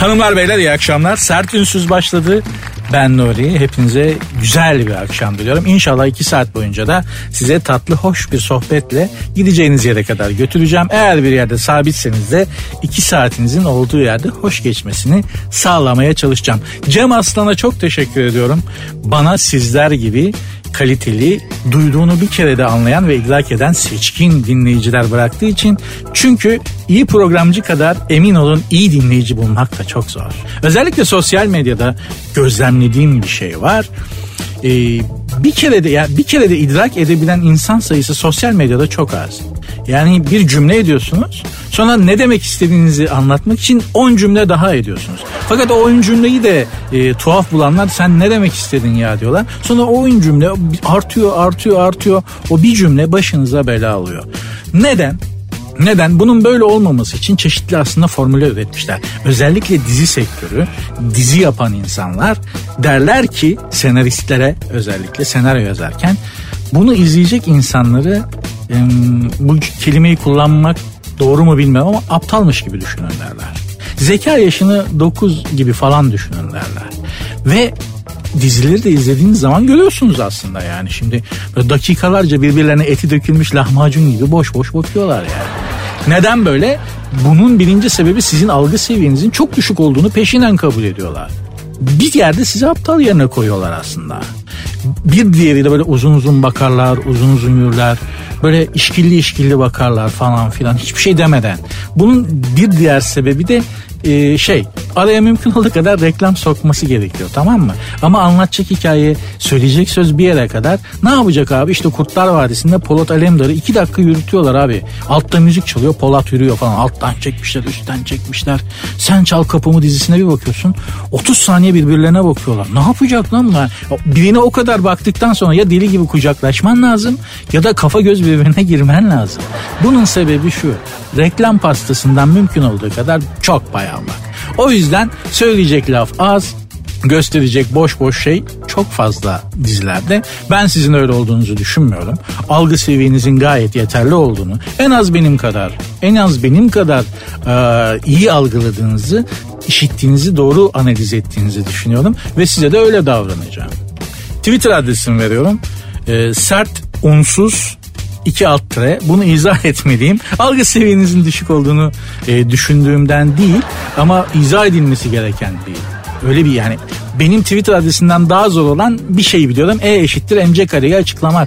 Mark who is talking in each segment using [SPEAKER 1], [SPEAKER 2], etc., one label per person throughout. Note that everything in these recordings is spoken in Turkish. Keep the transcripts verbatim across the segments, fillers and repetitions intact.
[SPEAKER 1] Hanımlar beyler iyi akşamlar. Sert Ünsüz başladı. Ben Nuri. Hepinize güzel bir akşam diliyorum. İnşallah iki saat boyunca da size tatlı hoş bir sohbetle gideceğiniz yere kadar götüreceğim. Eğer bir yerde sabitseniz de iki saatinizin olduğu yerde hoş geçmesini sağlamaya çalışacağım. Cem Aslan'a çok teşekkür ediyorum. Bana sizler gibi kaliteli, duyduğunu bir kere de anlayan ve idrak eden seçkin dinleyiciler bıraktığı için. Çünkü iyi programcı kadar emin olun iyi dinleyici bulmak da çok zor. Özellikle sosyal medyada gözlemlediğim bir şey var. Ee, bir kere de yani bir kere de idrak edebilen insan sayısı sosyal medyada çok az. Yani bir cümle ediyorsunuz, sonra ne demek istediğinizi anlatmak için on cümle daha ediyorsunuz. Fakat o on cümleyi de e, tuhaf bulanlar sen ne demek istedin ya diyorlar. Sonra o on cümle artıyor artıyor artıyor. O bir cümle başınıza bela alıyor. Neden? Neden? Bunun böyle olmaması için çeşitli aslında formüller üretmişler. Özellikle dizi sektörü, dizi yapan insanlar derler ki senaristlere, özellikle senaryo yazarken bunu izleyecek insanları e, bu kelimeyi kullanmak doğru mu bilmiyorum ama aptalmış gibi düşünün derler. Zeka yaşını dokuz gibi falan düşünün derler. Ve dizileri de izlediğiniz zaman görüyorsunuz aslında yani. Şimdi dakikalarca birbirlerine eti dökülmüş lahmacun gibi boş boş bakıyorlar yani. Neden böyle? Bunun birinci sebebi sizin algı seviyenizin çok düşük olduğunu peşinen kabul ediyorlar. Bir yerde sizi aptal yerine koyuyorlar aslında. Bir diğeri de böyle uzun uzun bakarlar, uzun uzun yürürler. Böyle işkilli işkilli bakarlar falan filan hiçbir şey demeden. Bunun bir diğer sebebi de e, şey araya mümkün olduğu kadar reklam sokması gerekiyor, tamam mı? Ama anlatacak hikaye, söyleyecek söz bir yere kadar. Ne yapacak abi? İşte Kurtlar Vadisi'nde Polat Alemdar'ı iki dakika yürütüyorlar abi. Altta müzik çalıyor, Polat yürüyor falan. Alttan çekmişler, üstten çekmişler. Sen Çal Kapımı dizisine bir bakıyorsun. otuz saniye birbirlerine bakıyorlar. Ne yapacak lan bunlar? Birine o kadar baktıktan sonra ya deli gibi kucaklaşman lazım ya da kafa göz birbirine girmen lazım. Bunun sebebi şu. Reklam pastasından mümkün olduğu kadar çok pay almak. O yüzden söyleyecek laf az, gösterecek boş boş şey çok fazla dizilerde. Ben sizin öyle olduğunuzu düşünmüyorum. Algı seviyenizin gayet yeterli olduğunu, en az benim kadar, en az benim kadar e, iyi algıladığınızı, işittiğinizi, doğru analiz ettiğinizi düşünüyorum ve size de öyle davranacağım. Twitter adresimi veriyorum. E, sert unsuz iki alt tire. Bunu izah etmeliyim. Algı seviyenizin düşük olduğunu e, düşündüğümden değil ama izah edilmesi gereken değil. Öyle bir yani benim Twitter adresinden daha zor olan bir şey biliyorum. E eşittir mc kareyi açıklamak.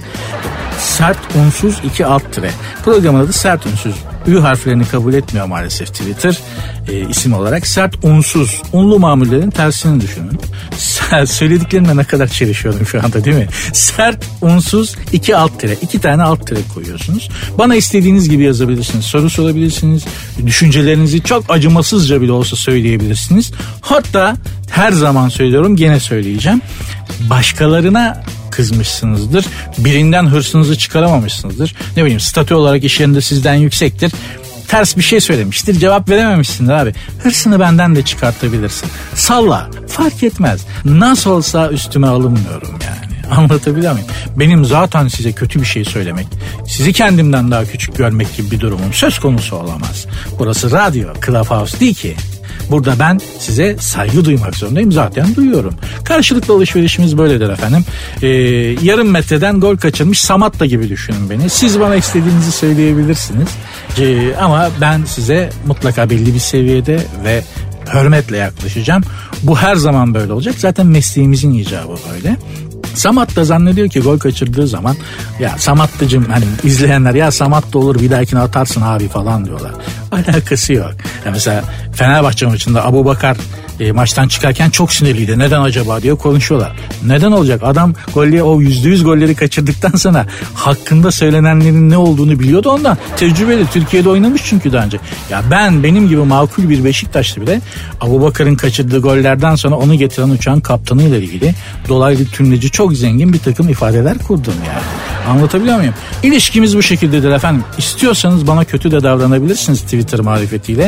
[SPEAKER 1] Sert unsuz iki alt tire. Programın adı sert unsuz. Ü harflerini kabul etmiyor maalesef Twitter e, isim olarak. Sert unsuz. Unlu mamullerin tersini düşünün. Söylediklerimle ne kadar çelişiyorum şu anda değil mi? Sert unsuz iki alt tire. İki tane alt tire koyuyorsunuz. Bana istediğiniz gibi yazabilirsiniz. Soru sorabilirsiniz. Düşüncelerinizi çok acımasızca bile olsa söyleyebilirsiniz. Hatta her zaman söylüyorum, gene söyleyeceğim. Başkalarına kızmışsınızdır. Birinden hırsınızı çıkaramamışsınızdır. Ne bileyim statü olarak iş yerinde sizden yüksektir. Ters bir şey söylemiştir. Cevap verememişsindir abi. Hırsını benden de çıkartabilirsin. Salla. Fark etmez. Nasıl olsa üstüme alınmıyorum yani. Anlatabiliyor muyum? Benim zaten size kötü bir şey söylemek, sizi kendimden daha küçük görmek gibi bir durumum söz konusu olamaz. Burası radyo, Clubhouse değil ki. Burada ben size saygı duymak zorundayım. Zaten duyuyorum. Karşılıklı alışverişimiz böyledir efendim. Ee, yarım metreden gol kaçırmış Samatta gibi düşünün beni. Siz bana istediğinizi söyleyebilirsiniz. Ee, ama ben size mutlaka belli bir seviyede ve hürmetle yaklaşacağım. Bu her zaman böyle olacak. Zaten mesleğimizin icabı böyle. Samat da zannediyor ki gol kaçırdığı zaman ya Samat'cığım hani izleyenler ya Samat da olur bir dahakine atarsın abi falan diyorlar. Alakası yok. Ya mesela Fenerbahçe maçında Abubakar e, maçtan çıkarken çok sinirliydi. Neden acaba diye konuşuyorlar. Neden olacak? Adam golleri o yüzde yüz golleri kaçırdıktan sonra hakkında söylenenlerin ne olduğunu biliyordu ondan. Tecrübeli. Türkiye'de oynamış çünkü daha önce. Ya ben benim gibi makul bir Beşiktaşlı bile Abubakar'ın kaçırdığı gollerden sonra onu getiren uçağın kaptanıyla ilgili dolaylı tümleci çok zengin bir takım ifadeler kurdum yani. Anlatabiliyor muyum? İlişkimiz bu şekildedir efendim. İstiyorsanız bana kötü de davranabilirsiniz Twitter marifetiyle.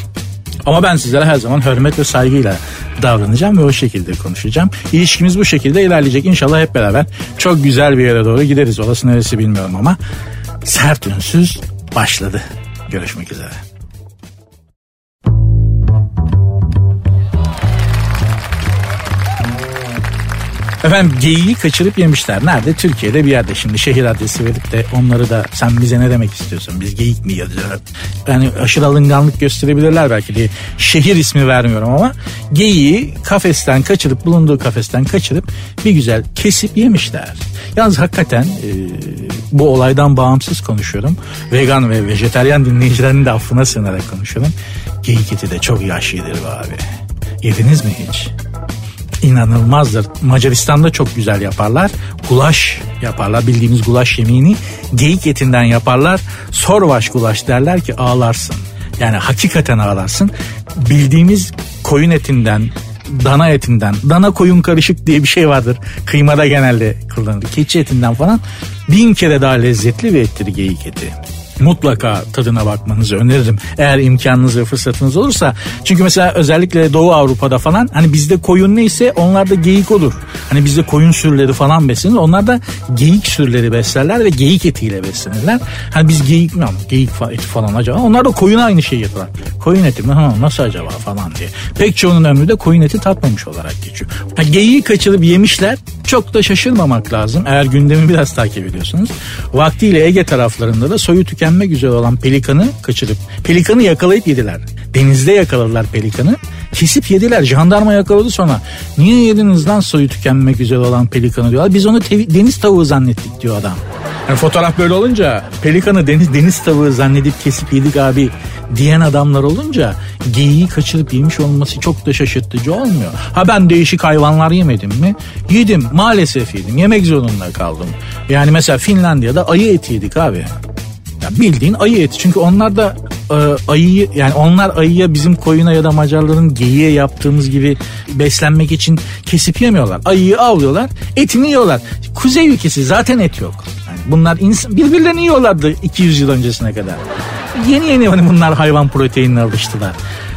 [SPEAKER 1] Ama ben sizlere her zaman hürmet ve saygıyla davranacağım ve o şekilde konuşacağım. İlişkimiz bu şekilde ilerleyecek. İnşallah hep beraber çok güzel bir yere doğru gideriz. Orası neresi bilmiyorum ama Sert Ünsüz başladı. Görüşmek üzere. Efendim geyiği kaçırıp yemişler. Nerede? Türkiye'de bir yerde. Şimdi şehir adresi verip de onları da sen bize ne demek istiyorsun? Biz geyik mi yazacağız? Yani aşırı alınganlık gösterebilirler belki diye şehir ismi vermiyorum ama geyiği kafesten kaçırıp bulunduğu kafesten kaçırıp bir güzel kesip yemişler. Yalnız hakikaten e, bu olaydan bağımsız konuşuyorum. Vegan ve vejetaryen dinleyicilerin de affına sığınarak konuşuyorum. Geyik eti de çok yaşlıdır be abi. Yediniz mi hiç? İnanılmazdır. Macaristan'da çok güzel yaparlar. Gulaş yaparlar. Bildiğimiz gulaş yemeğini geyik etinden yaparlar. Sorvaş gulaş derler ki ağlarsın. Yani hakikaten ağlarsın. Bildiğimiz koyun etinden, dana etinden, dana koyun karışık diye bir şey vardır. Kıymada genelde kullanılır. Keçi etinden falan bin kere daha lezzetli bir ettir geyik eti. Mutlaka tadına bakmanızı öneririm. Eğer imkanınız ve fırsatınız olursa. Çünkü mesela özellikle Doğu Avrupa'da falan hani bizde koyun neyse onlarda geyik olur. Hani bizde koyun sürüleri falan beslenir. Onlar da geyik sürüleri beslerler ve geyik etiyle beslenirler. Hani biz geyik mi geyik eti falan acaba? Onlar da koyuna aynı şeyi yapıyorlar. Koyun eti mi? Ha, nasıl acaba falan diye. Pek çoğunun ömrü de koyun eti tatmamış olarak geçiyor. Ha, geyiği kaçırıp yemişler. Çok da şaşırmamak lazım. Eğer gündemi biraz takip ediyorsunuz. Vaktiyle Ege taraflarında da soyu tükenmek üzere olan pelikanı kaçırıp, pelikanı yakalayıp yediler. Denizde yakaladılar pelikanı. Kesip yediler. Jandarma yakaladı sonra. Niye yediniz lan soyu tükenmek üzere olan pelikanı diyorlar. Biz onu tev- deniz tavuğu zannettik diyor adam. Yani fotoğraf böyle olunca pelikanı deniz deniz tavuğu zannedip kesip yedik abi diyen adamlar olunca geyiği kaçırıp yemiş olması çok da şaşırtıcı olmuyor. Ha ben değişik hayvanlar yemedim mi? Yedim. Maalesef yedim. Yemek zorunda kaldım. Yani mesela Finlandiya'da ayı eti yedik abi. Ya bildiğin ayı eti. Çünkü onlar da e, ayıyı yani onlar ayıya bizim koyuna ya da Macarların geyiğe yaptığımız gibi beslenmek için kesip yemiyorlar. Ayıyı avlıyorlar, etini yiyorlar. Kuzey ülkesi zaten et yok. Yani bunlar insan, birbirlerini yiyorlardı iki yüz yıl öncesine kadar. Yeni yeni hani bunlar hayvan proteinine alıştılar.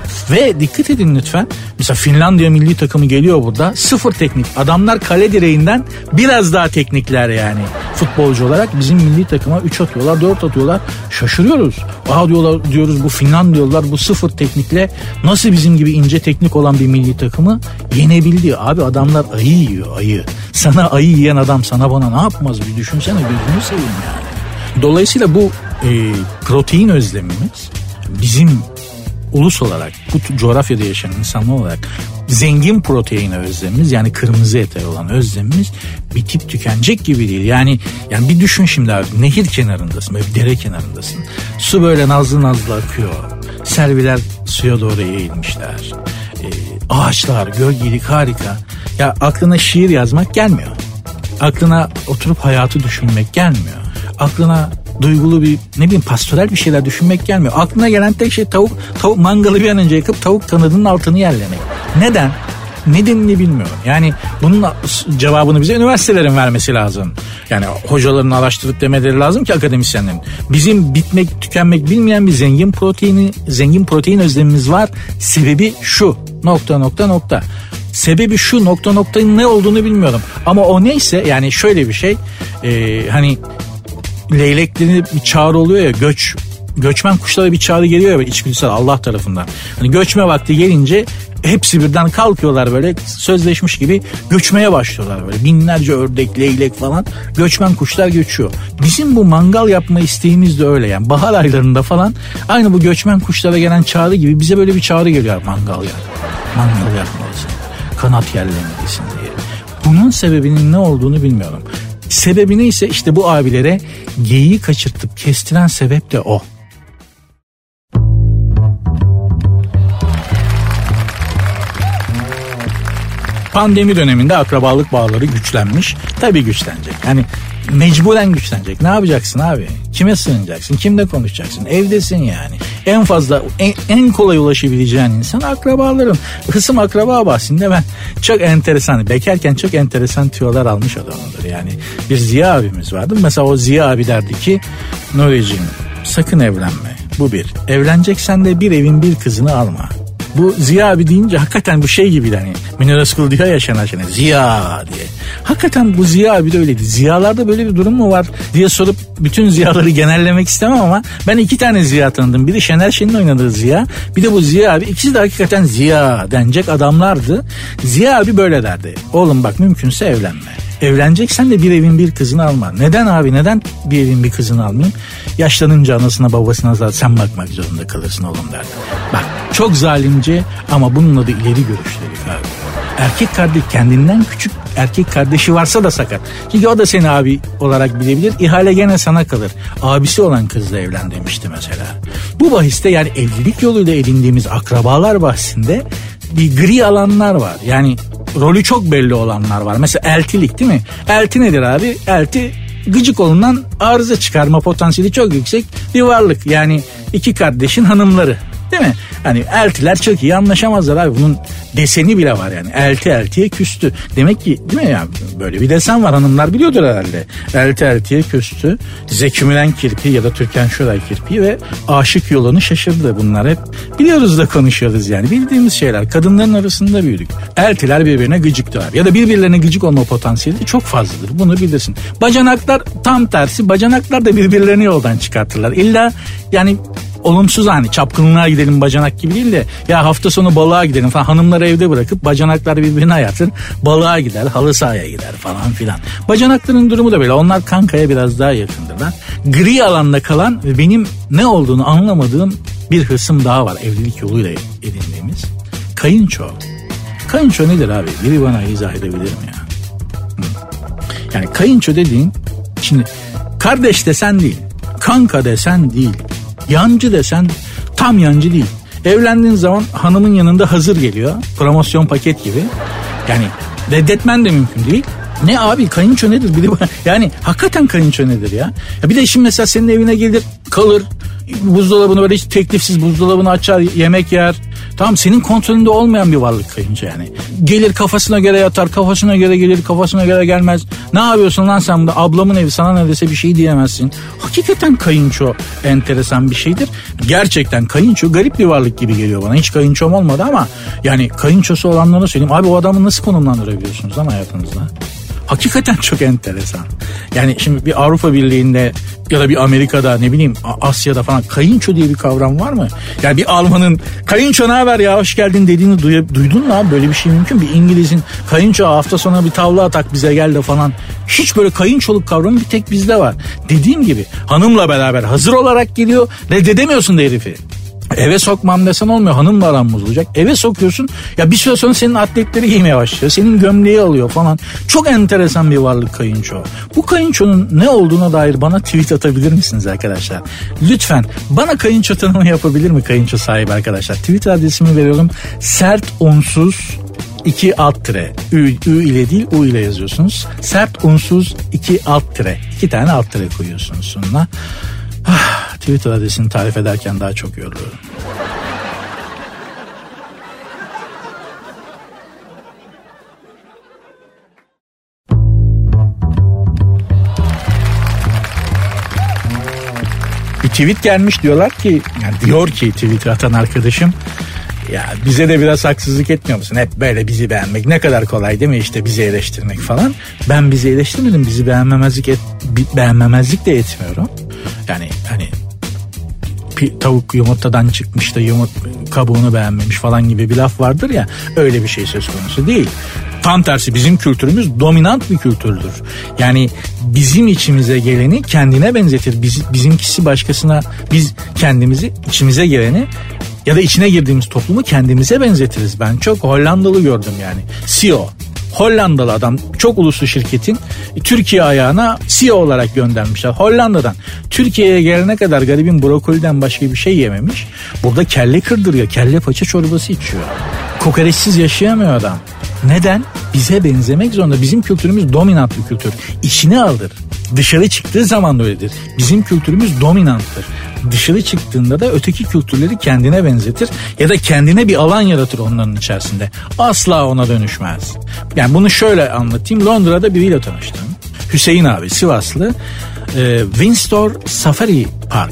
[SPEAKER 1] Ve dikkat edin lütfen. Mesela Finlandiya milli takımı geliyor burada. Sıfır teknik. Adamlar kale direğinden biraz daha teknikler yani. Futbolcu olarak bizim milli takıma üç atıyorlar, dört atıyorlar. Şaşırıyoruz. Aa diyorlar, diyoruz bu Finlandiyalılar bu sıfır teknikle nasıl bizim gibi ince teknik olan bir milli takımı yenebildi. Abi adamlar ayı yiyor, ayı. Sana ayı yiyen adam sana bana ne yapmaz bir düşünsene, gözünü seveyim yani. Dolayısıyla bu e, protein özlemimiz bizim ulus olarak, bu coğrafyada yaşayan insanlar olarak zengin proteine özlemimiz, yani kırmızı ete olan özlemimiz bitip tükenecek gibi değil. Yani yani bir düşün şimdi abi, nehir kenarındasın, böyle bir dere kenarındasın. Su böyle nazlı nazlı akıyor. Serviler suya doğru eğilmişler. Ee, ağaçlar, gölgelik harika. Ya aklına şiir yazmak gelmiyor. Aklına oturup hayatı düşünmek gelmiyor. Aklına duygulu bir, ne bileyim, pastoral bir şeyler düşünmek gelmiyor. Aklına gelen tek şey tavuk, tavuk mangalı bir an önce yakıp tavuk kanadının altını yerlemek. Neden? Nedenini bilmiyorum. Yani bunun cevabını bize üniversitelerin vermesi lazım. Yani hocaların araştırıp demeleri lazım ki akademisyenlerin. Bizim bitmek, tükenmek bilmeyen bir zengin proteini, zengin protein özlemimiz var. Sebebi şu. Nokta nokta nokta. Sebebi şu nokta noktanın ne olduğunu bilmiyorum. Ama o neyse, yani şöyle bir şey. E, hani leyleklerin bir çağrı oluyor ya, göç göçmen kuşlara bir çağrı geliyor ya içgüdüsel Allah tarafından. Hani göçme vakti gelince hepsi birden kalkıyorlar, böyle sözleşmiş gibi göçmeye başlıyorlar, böyle binlerce ördek, leylek falan, göçmen kuşlar göçüyor. Bizim bu mangal yapma isteğimiz de öyle yani. Bahar aylarında falan aynı bu göçmen kuşlara gelen çağrı gibi bize böyle bir çağrı geliyor: mangal yap. Mangal yapmalısın. Kanat yerlemelisin diye. Bunun sebebinin ne olduğunu bilmiyorum. Sebebi neyse işte bu abilere geyiği kaçırtıp kestiren sebep de o. Pandemi döneminde akrabalık bağları güçlenmiş. Tabii güçlenecek. Yani mecburen güçlenecek. Ne yapacaksın abi? Kime sığınacaksın? Kimle konuşacaksın? Evdesin yani. En fazla, en, en kolay ulaşabileceğin insan akrabaların. Hısım akraba bahsinde ben çok enteresan, bekarken çok enteresan tüyolar almış adamımdır. Yani bir Ziya abimiz vardı. Mesela o Ziya abi derdi ki, Nuri'ciğim sakın evlenme. Bu bir. Evleneceksen de bir evin bir kızını alma. Bu Ziya abi deyince hakikaten bu şey gibi hani Münir Özkul diyor ya Şener Şener Ziya diye. Hakikaten bu Ziya abi de öyleydi. Ziyalarda böyle bir durum mu var diye sorup bütün Ziyaları genellemek istemem ama ben iki tane Ziya tanıdım. Biri Şener Şen'in oynadığı Ziya, bir de bu Ziya abi. İkisi de hakikaten Ziya denecek adamlardı. Ziya abi böyle derdi. Oğlum bak mümkünse evlenme. Evleneceksen de bir evin bir kızını alma. Neden abi? Neden bir evin bir kızını almayayım? Yaşlanınca anasına babasına zaten sen bakmak zorunda kalırsın oğlum derdi. Bak çok zalimce ama bunun adı ileri görüşlülük abi. Erkek kardeş kendinden küçük erkek kardeşi varsa da sakat. Çünkü o da seni abi olarak bilebilir. İhale gene sana kalır. Abisi olan kızla evlen demişti mesela. Bu bahiste yani evlilik yoluyla edindiğimiz akrabalar bahsinde bir gri alanlar var. Yani rolü çok belli olanlar var. Mesela eltilik değil mi? Elti nedir abi? Elti gıcık olunan arıza çıkarma potansiyeli çok yüksek bir varlık. Yani iki kardeşin hanımları. Değil mi? Hani eltiler çok iyi anlaşamazlar abi. Bunun deseni bile var yani. Elti eltiye küstü. Demek ki değil mi ya? Böyle bir desen var, hanımlar biliyordur herhalde. Elti eltiye küstü. Zeki Müren kirpi ya da Türkan Şoray kirpi ve aşık yolunu şaşırdı. Bunlar hep biliyoruz da konuşuyoruz yani. Bildiğimiz şeyler. Kadınların arasında büyüdük. Eltiler birbirine gıcıktılar. Ya da birbirlerine gıcık olma potansiyeli çok fazladır. Bunu bilirsin. Bacanaklar tam tersi. Bacanaklar da birbirlerini yoldan çıkartırlar. İlla yani olumsuz hani çapkınlığa gidelim bacanak gibi değil de ya hafta sonu balığa gidelim falan, hanımları evde bırakıp bacanaklar birbirine ayartır, balığa gider, halı sahaya gider falan filan. Bacanakların durumu da böyle, onlar kankaya biraz daha yakındırlar. Gri alanda kalan ve benim ne olduğunu anlamadığım bir hırsım daha var evlilik yoluyla edindiğimiz. Kayınço. Kayınço nedir abi? Biri bana izah edebilir mi ya? Yani kayınço dediğin, şimdi kardeş desen değil, kanka desen değil, yancı desen tam yancı değil. Evlendiğin zaman hanımın yanında hazır geliyor. Promosyon paket gibi. Yani reddetmen de mümkün değil. Ne abi, kayınço nedir? Bir de yani hakikaten kayınço nedir ya? Ya bir de şimdi mesela senin evine gelir, kalır. Buzdolabını böyle hiç teklifsiz buzdolabını açar, yemek yer. Tamam, senin kontrolünde olmayan bir varlık kayınço yani. Gelir kafasına göre yatar, kafasına göre gelir, kafasına göre gelmez. Ne yapıyorsun lan sen burada? Ablamın evi, sana ne dese bir şey diyemezsin. Hakikaten kayınço enteresan bir şeydir. Gerçekten kayınço garip bir varlık gibi geliyor bana. Hiç kayınçom olmadı ama yani kayınçosu olanlara söyleyeyim. Abi o adamı nasıl konumlandırabiliyorsunuz lan hayatınızda? Hakikaten çok enteresan. Yani şimdi bir Avrupa Birliği'nde ya da bir Amerika'da, ne bileyim Asya'da falan kayınço diye bir kavram var mı? Yani bir Alman'ın kayınço ne haber ya hoş geldin dediğini duy- duydun mu abi? Böyle bir şey mümkün. Bir İngiliz'in kayınço hafta sonu bir tavla atak bize gel de falan. Hiç böyle kayınçoluk kavramı bir tek bizde var. Dediğim gibi hanımla beraber hazır olarak geliyor. Reddedemiyorsun da herifi. Eve sokmam desen olmuyor, hanımla aran bozulacak. Eve sokuyorsun ya, bir süre sonra senin atletleri giymeye başlıyor, senin gömleği alıyor falan. Çok enteresan bir varlık kayınço. Bu kayınçonun ne olduğuna dair bana tweet atabilir misiniz arkadaşlar? Lütfen bana kayınço tanımı yapabilir mi kayınço sahibi arkadaşlar? Twitter adresimi veriyorum. Sert unsuz iki alt tire. Ü, Ü ile değil U ile yazıyorsunuz. Sert unsuz iki alt tire. İki tane alt tire koyuyorsunuz sonuna. Ah, Twitter adresini tarif ederken daha çok yoruluyorum. Bir tweet gelmiş, diyorlar ki, yani diyor ki Twitter atan arkadaşım, ya bize de biraz haksızlık etmiyor musun? Hep böyle bizi beğenmek ne kadar kolay değil mi, işte bizi eleştirmek falan. Ben bizi eleştirmedim, bizi beğenmemezlik et, beğenmemezlik de etmiyorum. Yani hani tavuk yumurtadan çıkmış da yumurt kabuğunu beğenmemiş falan gibi bir laf vardır ya, öyle bir şey söz konusu değil. Tam tersi, bizim kültürümüz dominant bir kültürdür. Yani bizim içimize geleni kendine benzetir. Biz, bizimkisi başkasına, biz kendimizi içimize geleni ya da içine girdiğimiz toplumu kendimize benzetiriz. Ben çok Hollandalı gördüm yani. C E O. Hollandalı adam, çok uluslu şirketin Türkiye ayağına C E O olarak göndermişler Hollanda'dan. Türkiye'ye gelene kadar garibin brokoliden başka bir şey yememiş. Burada kelle kırdırıyor, kelle paça çorbası içiyor. Kokoreçsiz yaşayamıyor adam. Neden? Bize benzemek zorunda. Bizim kültürümüz dominant bir kültür. İçine alır. Dışarı çıktığı zaman da öyledir. Bizim kültürümüz dominanttır. Dışarı çıktığında da öteki kültürleri kendine benzetir ya da kendine bir alan yaratır onların içerisinde. Asla ona dönüşmez. Yani bunu şöyle anlatayım. Londra'da biriyle tanıştım. Hüseyin abi, Sivaslı. Windsor Safari Park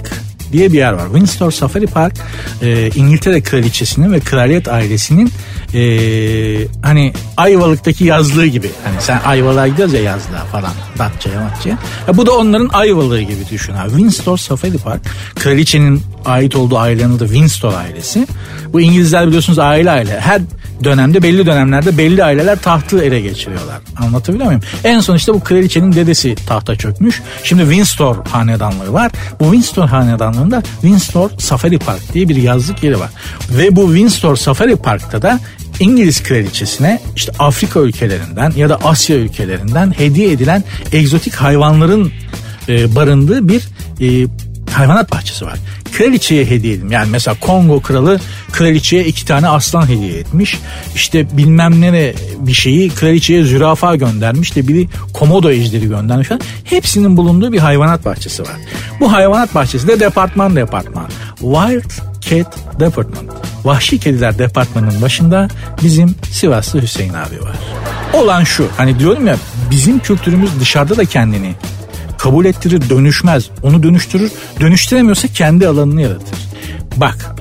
[SPEAKER 1] diye bir yer var. Windsor Safari Park e, İngiltere kraliçesinin ve kraliyet ailesinin e, hani Ayvalık'taki yazlığı gibi. Hani sen Ayvalık'a gidiyoruz ya yazlığa falan. Datça'ya Matça'ya. Ya bu da onların Ayvalık'ı gibi düşün abi. Windsor Safari Park. Kraliçenin ait olduğu ailenin adı Windsor ailesi. Bu İngilizler biliyorsunuz aile aile. Her dönemde belli dönemlerde belli aileler tahtı ele geçiriyorlar. Anlatabiliyor muyum? En son işte bu kraliçenin dedesi tahta çökmüş. Şimdi Windsor hanedanlığı var. Bu Windsor hanedanlığında Windsor Safari Park diye bir yazlık yeri var. Ve bu Windsor Safari Park'ta da İngiliz kraliçesine işte Afrika ülkelerinden ya da Asya ülkelerinden hediye edilen egzotik hayvanların e, barındığı bir e, hayvanat bahçesi var. Kraliçeye hediye edilmiş. Yani mesela Kongo kralı kraliçeye iki tane aslan hediye etmiş. İşte bilmem ne bir şeyi kraliçeye zürafa göndermiş de biri komodo ejderi göndermiş falan. Hepsinin bulunduğu bir hayvanat bahçesi var. Bu hayvanat bahçesi de departman departman. Wild Cat Department. Vahşi Kediler Departmanı'nın başında bizim Sivaslı Hüseyin abi var. Olan şu, hani diyorum ya, bizim kültürümüz dışarıda da kendini kabul ettirir, dönüşmez. Onu dönüştürür. Dönüştüremiyorsa kendi alanını yaratır. Bak,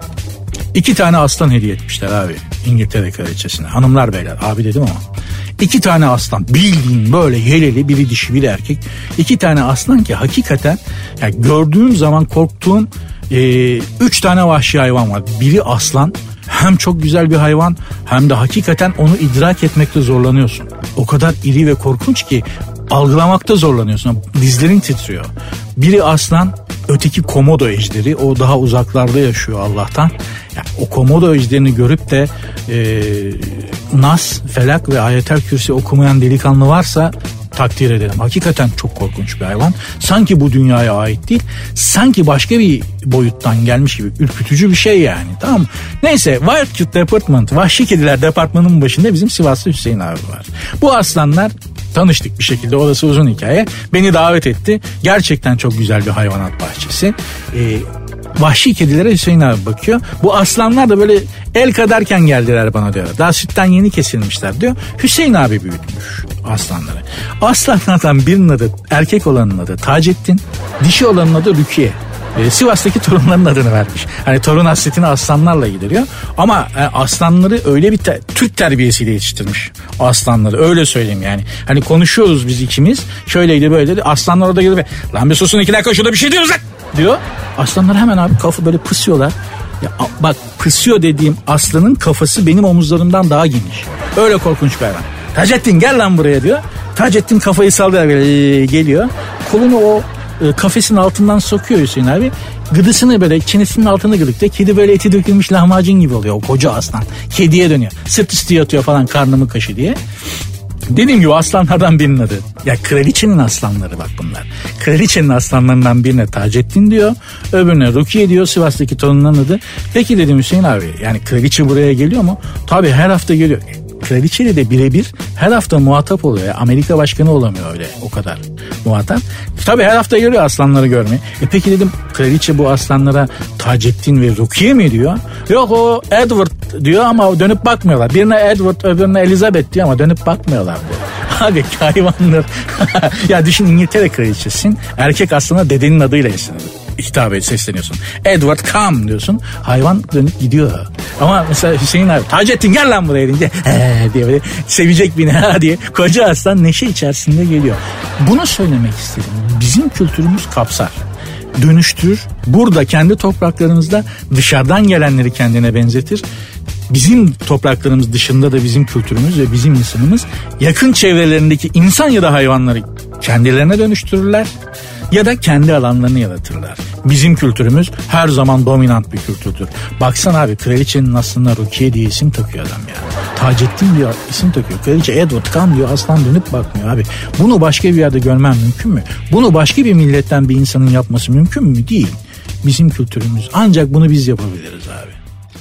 [SPEAKER 1] iki tane aslan hediye etmişler abi İngiltere kraliçesine. Hanımlar beyler, abi dedim ama. İki tane aslan, bildiğin böyle yeleli, biri dişi biri erkek. İki tane aslan ki hakikaten yani gördüğüm zaman korktuğum e, üç tane vahşi hayvan var. Biri aslan. Hem çok güzel bir hayvan hem de hakikaten onu idrak etmekte zorlanıyorsun. O kadar iri ve korkunç ki algılamakta zorlanıyorsun. Dizlerin titriyor. Biri aslan, öteki komodo ejderi. O daha uzaklarda yaşıyor Allah'tan. Yani o komodo ejderini görüp de e, Nas, Felak ve Ayetel Kürsi okumayan delikanlı varsa takdir ederim. Hakikaten çok korkunç bir hayvan. Sanki bu dünyaya ait değil. Sanki başka bir boyuttan gelmiş gibi. Ürkütücü bir şey yani. Tamam mı? Neyse, Wild Cat Department, Vahşi Kediler Departmanı'nın başında bizim Sivaslı Hüseyin abi var. Bu aslanlar tanıştık bir şekilde. Orası uzun hikaye. Beni davet etti. Gerçekten çok güzel bir hayvanat bahçesi. Ee, vahşi kedilere Hüseyin abi bakıyor. Bu aslanlar da böyle el kadarken geldiler bana diyor. Daha sütten yeni kesilmişler diyor. Hüseyin abi büyütmüş aslanları. Aslanlardan birinin adı, erkek olanın adı Taceddin, dişi olanın adı Rukiye. Ee, Sivas'taki torunların adını vermiş. Hani torun hasretini aslanlarla gideriyor. Ama e, aslanları öyle bir te- Türk terbiyesiyle yetiştirmiş. Aslanları öyle söyleyeyim yani. Hani konuşuyoruz biz ikimiz. Şöyleydi böyleydi. Aslanlar orada geliyor ve lan bir susun iki dakika şurada bir şey diyoruz lan diyor. Aslanlar hemen abi kafa böyle pısıyorlar. Ya, bak, pısıyor dediğim aslanın kafası benim omuzlarımdan daha geniş. Öyle korkunç bir hayvan. Taceddin gel lan buraya diyor. Taceddin kafayı sallıyor böyle geliyor. Kolunu o e, kafesin altından sokuyor Hüseyin abi. Gıdısını böyle çenesinin altına gıdıklıyor. Kedi böyle eti dökülmüş lahmacun gibi oluyor. O koca aslan kediye dönüyor. Sırt üstü yatıyor falan, karnımı kaşı diye. Dediğim gibi aslanlardan birinin adı. Ya kraliçenin aslanları bak bunlar. Kraliçenin aslanlarından birine Taceddin diyor. Öbürüne Rukiye diyor, Sivas'taki torunların adı. Peki dedim Hüseyin abi, yani kraliçe buraya geliyor mu? Tabii her hafta geliyor. Kraliçeyle de birebir her hafta muhatap oluyor. Ya. Amerika başkanı olamıyor öyle o kadar muhatap. Tabii her hafta geliyor aslanları görmeye. E peki dedim, kraliçe bu aslanlara Taceddin ve Rukiye mi diyor? Yok, o Edward diyor ama dönüp bakmıyorlar. Birine Edward, öbürüne Elizabeth diyor ama dönüp bakmıyorlar diyor. Abi hayvanlar. Ya düşün, İngiltere kraliçesin. Erkek aslana dedenin adıyla hitap et, sesleniyorsun. Edward come diyorsun. Hayvan dönüp gidiyor. Ama mesela Hüseyin abi Taceddin gel lan buraya deyince ee diye böyle sevecek beni ha diye koca aslan neşe içerisinde geliyor. Bunu söylemek istedim. Bizim kültürümüz kapsar, dönüştürür. Burada kendi topraklarımızda dışarıdan gelenleri kendine benzetir. Bizim topraklarımız dışında da bizim kültürümüz ve bizim insanımız yakın çevrelerindeki insan ya da hayvanları kendilerine dönüştürürler ya da kendi alanlarını yaratırlar. Bizim kültürümüz her zaman dominant bir kültürdür. Baksana abi, kraliçenin aslında Rukiye diye isim takıyor adam ya. Taceddin diyor isim takıyor. Kraliçe Edward Khan diyor, aslan dönüp bakmıyor abi. Bunu başka bir yerde görmem mümkün mü? Bunu başka bir milletten bir insanın yapması mümkün mü? Değil. Bizim kültürümüz. Ancak bunu biz yapabiliriz abi.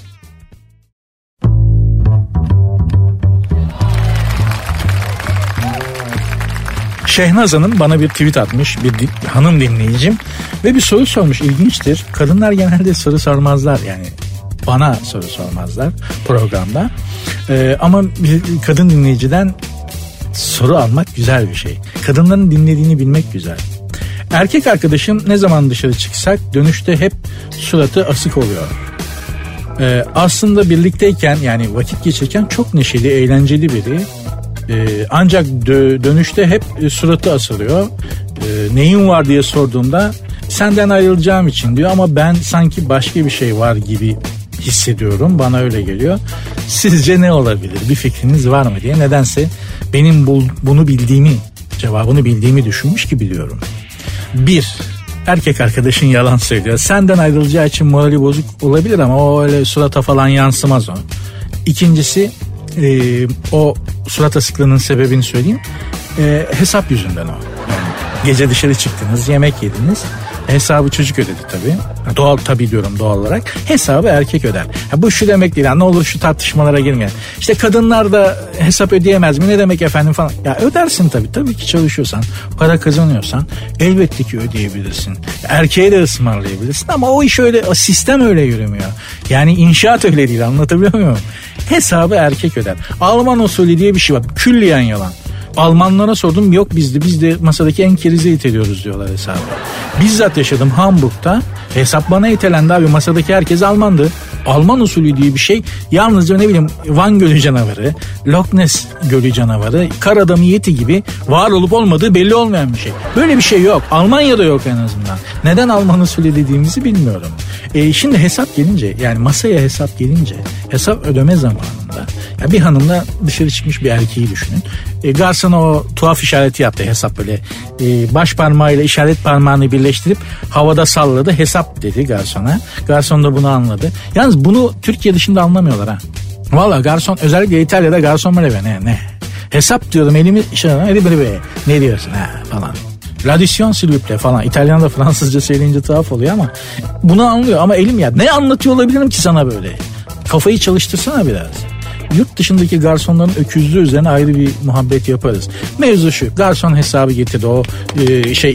[SPEAKER 1] Şehnaz Hanım bana bir tweet atmış, bir di- hanım dinleyicim ve bir soru sormuş. İlginçtir. Kadınlar genelde soru sormazlar, yani bana soru sormazlar programda. Ee, ama bir kadın dinleyiciden soru almak güzel bir şey. Kadınların dinlediğini bilmek güzel. Erkek arkadaşım ne zaman dışarı çıksak dönüşte hep suratı asık oluyor. Ee, aslında birlikteyken yani vakit geçirirken çok neşeli, eğlenceli biri. Ee, ancak dö- dönüşte hep e, suratı asılıyor. Ee, neyin var diye sorduğumda senden ayrılacağım için diyor ama ben sanki başka bir şey var gibi hissediyorum. Bana öyle geliyor. Sizce ne olabilir? Bir fikriniz var mı diye. Nedense benim bu, bunu bildiğimi, cevabını bildiğimi düşünmüş gibi biliyorum. Bir, erkek arkadaşın yalan söylüyor. Senden ayrılacağı için morali bozuk olabilir ama o öyle surata falan yansımaz o. İkincisi, e, o surat asıklığının sebebini söyleyeyim. E, hesap yüzünden o. Yani gece dışarı çıktınız, yemek yediniz. Hesabı çocuk ödedi tabii. Doğal tabii diyorum doğal olarak. Hesabı erkek öder. Ha, bu şu demek değil. Ne olur şu tartışmalara girmeyelim. İşte kadınlar da hesap ödeyemez mi? Ne demek efendim falan. Ya ödersin tabii. Tabii ki çalışıyorsan, para kazanıyorsan elbette ki ödeyebilirsin. Erkeğe de ısmarlayabilirsin ama o iş öyle, o sistem öyle yürümüyor. Yani inşaat öyle değil, anlatabiliyor muyum? Hesabı erkek öder. Alman usulü diye bir şey var. Külliyen yalan. Almanlara sordum, yok bizde biz de masadaki en kerize iteliyoruz diyorlar hesabı. Bizzat yaşadım Hamburg'da, hesap bana itelendi abi, masadaki herkes Almandı. Alman usulü diye bir şey yalnızca ne bileyim Van Gölü canavarı, Loch Ness Gölü canavarı, kar adamı Yeti gibi var olup olmadığı belli olmayan bir şey. Böyle bir şey yok. Almanya'da yok en azından. Neden Alman usulü dediğimizi bilmiyorum. E, şimdi hesap gelince, yani masaya hesap gelince, hesap ödeme zamanında ya bir hanımla dışarı çıkmış bir erkeği düşünün. E, garson o tuhaf işareti yaptı, hesap böyle e, baş parmağıyla işaret parmağını birleştirip havada salladı, hesap dedi garsona. Garson da bunu anladı. Yalnız bunu Türkiye dışında anlamıyorlar ha. Valla garson, özellikle İtalya'da garson böyle be ne ne. Hesap diyorum, elimi işaret böyle be ne diyorsun ha falan. L'addition s'il vous plaît falan. İtalyanca Fransızca söyleyince tuhaf oluyor ama bunu anlıyor ama elim ya. Ne anlatıyor olabilirim ki sana böyle? Kafayı çalıştırsana biraz. Yurt dışındaki garsonların öküzlüğü üzerine ayrı bir muhabbet yaparız. Mevzu şu: garson hesabı getirdi o e, şey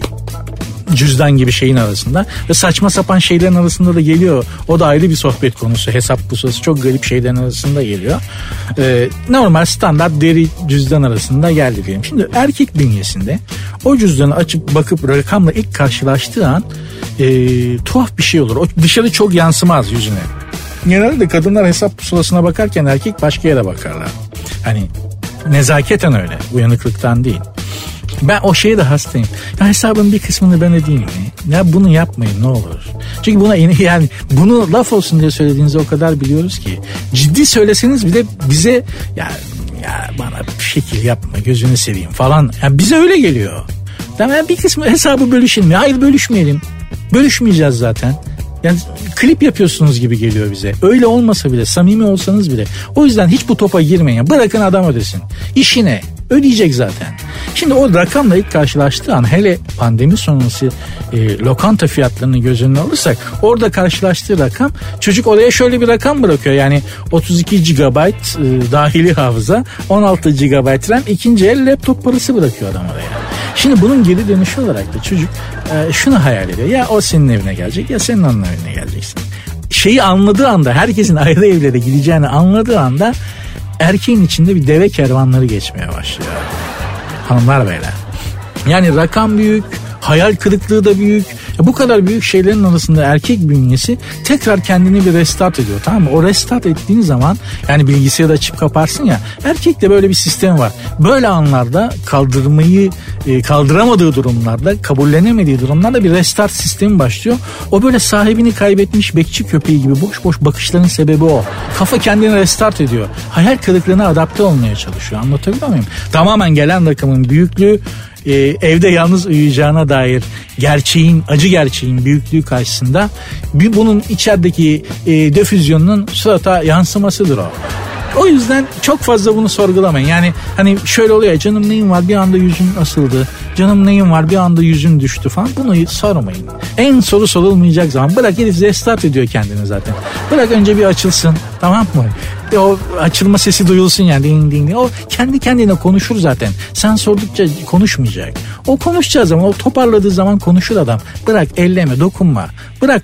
[SPEAKER 1] cüzdan gibi şeyin arasında ve saçma sapan şeylerin arasında da geliyor. O da ayrı bir sohbet konusu. Hesap pusulası çok garip şeylerin arasında geliyor. Ee, normal standart deri cüzdan arasında geldi diyelim. Şimdi erkek bünyesinde o cüzdanı açıp bakıp rakamla ilk karşılaştığı an e, tuhaf bir şey olur. O dışarı çok yansımaz yüzüne. Genelde kadınlar hesap pusulasına bakarken erkek başka yere bakarlar. Hani nezaketen öyle, uyanıklıktan değil. Ben o şeye de hastayım. Ya hesabın bir kısmını ben ödeyeyim mi? Ya bunu yapmayın ne olur. Çünkü buna yani bunu laf olsun diye söylediğinizi o kadar biliyoruz ki. Ciddi söyleseniz bile bize ya, ya bana bir şekil yapma, gözünü seveyim falan. Yani bize öyle geliyor. Yani bir kısmı hesabı bölüşelim mi? Hayır, bölüşmeyelim. Bölüşmeyeceğiz zaten. Yani klip yapıyorsunuz gibi geliyor bize. Öyle olmasa bile, samimi olsanız bile. O yüzden hiç bu topa girmeyin. Bırakın adam ödesin. İşine. Ödeyecek zaten. Şimdi o rakamla ilk karşılaştığı an, hele pandemi sonrası e, lokanta fiyatlarını göz önüne alırsak, orada karşılaştığı rakam, çocuk oraya şöyle bir rakam bırakıyor. Yani otuz iki gigabayt e, dahili hafıza, on altı gigabayt RAM, ikinci el laptop parası bırakıyor adam oraya. Şimdi bunun geri dönüşü olarak da çocuk e, şunu hayal ediyor. Ya o senin evine gelecek ya senin onun evine geleceksin. Şeyi anladığı anda, herkesin ayrı evlere gideceğini anladığı anda erkeğin içinde bir deve kervanları geçmeye başlıyor. Hanımlar beyler. Yani rakam büyük, hayal kırıklığı da büyük. Ya bu kadar büyük şeylerin arasında erkek bünyesi tekrar kendini bir restart ediyor, tamam mı? O restart ettiğin zaman, yani bilgisayarı açıp kaparsın ya, erkekte böyle bir sistem var. Böyle anlarda kaldırmayı e, kaldıramadığı durumlarda, kabullenemediği durumlarda bir restart sistemi başlıyor. O böyle sahibini kaybetmiş bekçi köpeği gibi boş boş bakışların sebebi o. Kafa kendini restart ediyor. Hayal kırıklığına adapte olmaya çalışıyor. Anlatabiliyor muyum? Tamamen gelen rakamın büyüklüğü, Ee, evde yalnız uyuyacağına dair gerçeğin, acı gerçeğin büyüklüğü karşısında bunun içerideki e, defüzyonunun surata yansımasıdır o. O yüzden çok fazla bunu sorgulamayın. Yani hani şöyle oluyor ya, canım neyin var bir anda yüzün asıldı, canım neyin var bir anda yüzün düştü falan, bunu sormayın. En soru sorulmayacak zaman bırak, herif restart ediyor kendini zaten. Bırak önce bir açılsın, tamam mı? O açılma sesi duyulsun yani, ding ding ding. O kendi kendine konuşur zaten. Sen sordukça konuşmayacak. O konuşacağı zaman, o toparladığı zaman konuşur adam. Bırak, elleme, dokunma. Bırak.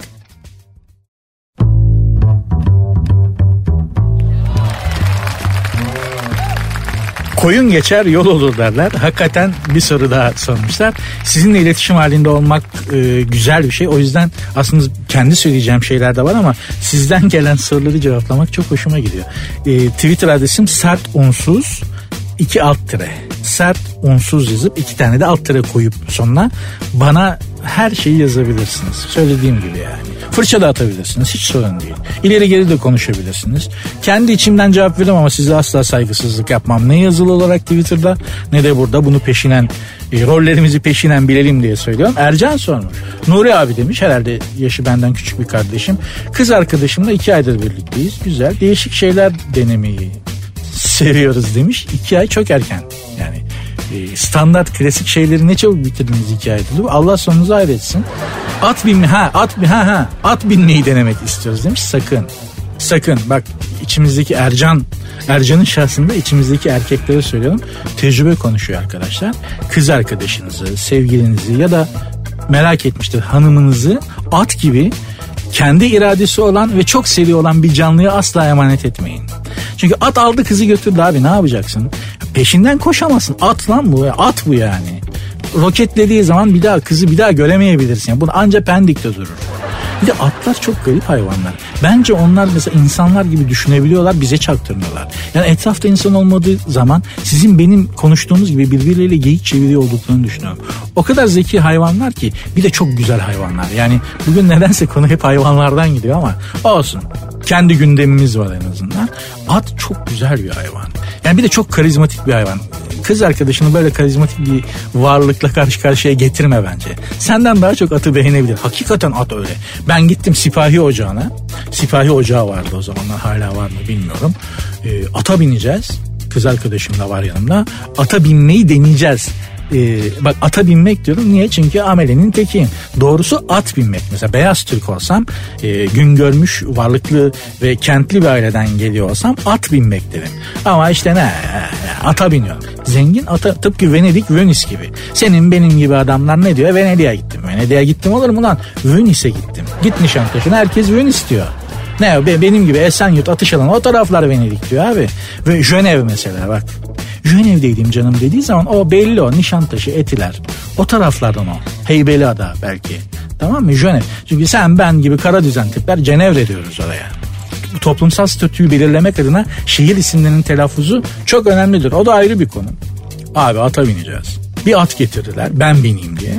[SPEAKER 1] Koyun geçer yol olur derler. Hakikaten bir soru daha sormuşlar. Sizinle iletişim halinde olmak e, güzel bir şey. O yüzden aslında kendi söyleyeceğim şeyler de var ama sizden gelen soruları cevaplamak çok hoşuma gidiyor. E, Twitter adresim sert unsuz iki alt tire. Sert unsuz yazıp iki tane de alt tire koyup sonuna bana her şeyi yazabilirsiniz. Söylediğim gibi yani. Fırça da atabilirsiniz. Hiç sorun değil. İleri geri de konuşabilirsiniz. Kendi içimden cevap veririm ama size asla saygısızlık yapmam. Ne yazılı olarak Twitter'da ne de burada. Bunu peşinen, e, rollerimizi peşinen bilelim diye söylüyorum. Ercan sormuş. Nuri abi demiş. Herhalde yaşı benden küçük bir kardeşim. Kız arkadaşımla iki aydır birlikteyiz. Güzel. Değişik şeyler denemeyi seviyoruz demiş. İki ay çok erken. Yani standart klasik şeyleri ne çabuk bitirdiniz iki ayda. Allah sonunuzu hayretsin. At binme ha at ha ha at binmeyi denemek istiyoruz demiş. Sakın. Sakın. Bak içimizdeki Ercan Ercan'ın şahsında içimizdeki erkeklere söylüyorum. Tecrübe konuşuyor arkadaşlar. Kız arkadaşınızı, sevgilinizi ya da merak etmiştir hanımınızı at gibi kendi iradesi olan ve çok seri olan bir canlıya asla emanet etmeyin. Çünkü at aldı kızı götürdü abi, ne yapacaksın? Peşinden koşamazsın. At lan bu. At bu yani. Roketlediği zaman bir daha kızı bir daha göremeyebilirsin. Yani bunu anca Pendik'te durur. Bir de atlar çok garip hayvanlar. Bence onlar mesela insanlar gibi düşünebiliyorlar, bize çaktırmıyorlar. Yani etrafta insan olmadığı zaman sizin benim konuştuğumuz gibi birbirleriyle geyik çeviriyor olduklarını düşünüyorum. O kadar zeki hayvanlar ki, bir de çok güzel hayvanlar. Yani bugün nedense konu hep hayvanlardan gidiyor ama olsun. Kendi gündemimiz var en azından. At çok güzel bir hayvan. Yani bir de çok karizmatik bir hayvan. Kız arkadaşını böyle karizmatik bir varlıkla karşı karşıya getirme bence. Senden daha çok atı beğenebilir. Hakikaten at öyle. Ben gittim Sipahi Ocağı'na. Sipahi Ocağı vardı o zamanlar, hala var mı bilmiyorum. E, ata bineceğiz. Kız arkadaşım da var yanımda. Ata binmeyi deneyeceğiz. Ee, bak ata binmek diyorum. Niye? Çünkü amelenin tekiyim. Doğrusu at binmek. Mesela beyaz Türk olsam, e, gün görmüş, varlıklı ve kentli bir aileden geliyor olsam at binmek derim. Ama işte ne? Ata biniyorum. Zengin ata, tıpkı Venedik, Venice gibi. Senin benim gibi adamlar ne diyor? Venedik'e gittim. Venedik'e gittim olur mu lan? Venice'e gittim. Git Nişantaşı'na, herkes Venice diyor. Ne benim gibi Esenyurt, Atışalan o taraflar Venedik diyor abi. Ve Jönev mesela bak. Jönev'deydim canım dediği zaman o belli, o Nişantaşı, Etiler. O taraflardan o. Heybeliada belki. Tamam mı? Jönev. Çünkü sen ben gibi kara düzen tipler Cenevre diyoruz oraya. Toplumsal statüyü belirlemek adına şehir isimlerinin telaffuzu çok önemlidir. O da ayrı bir konu. Abi ata bineceğiz. Bir at getirdiler ben bineyim diye.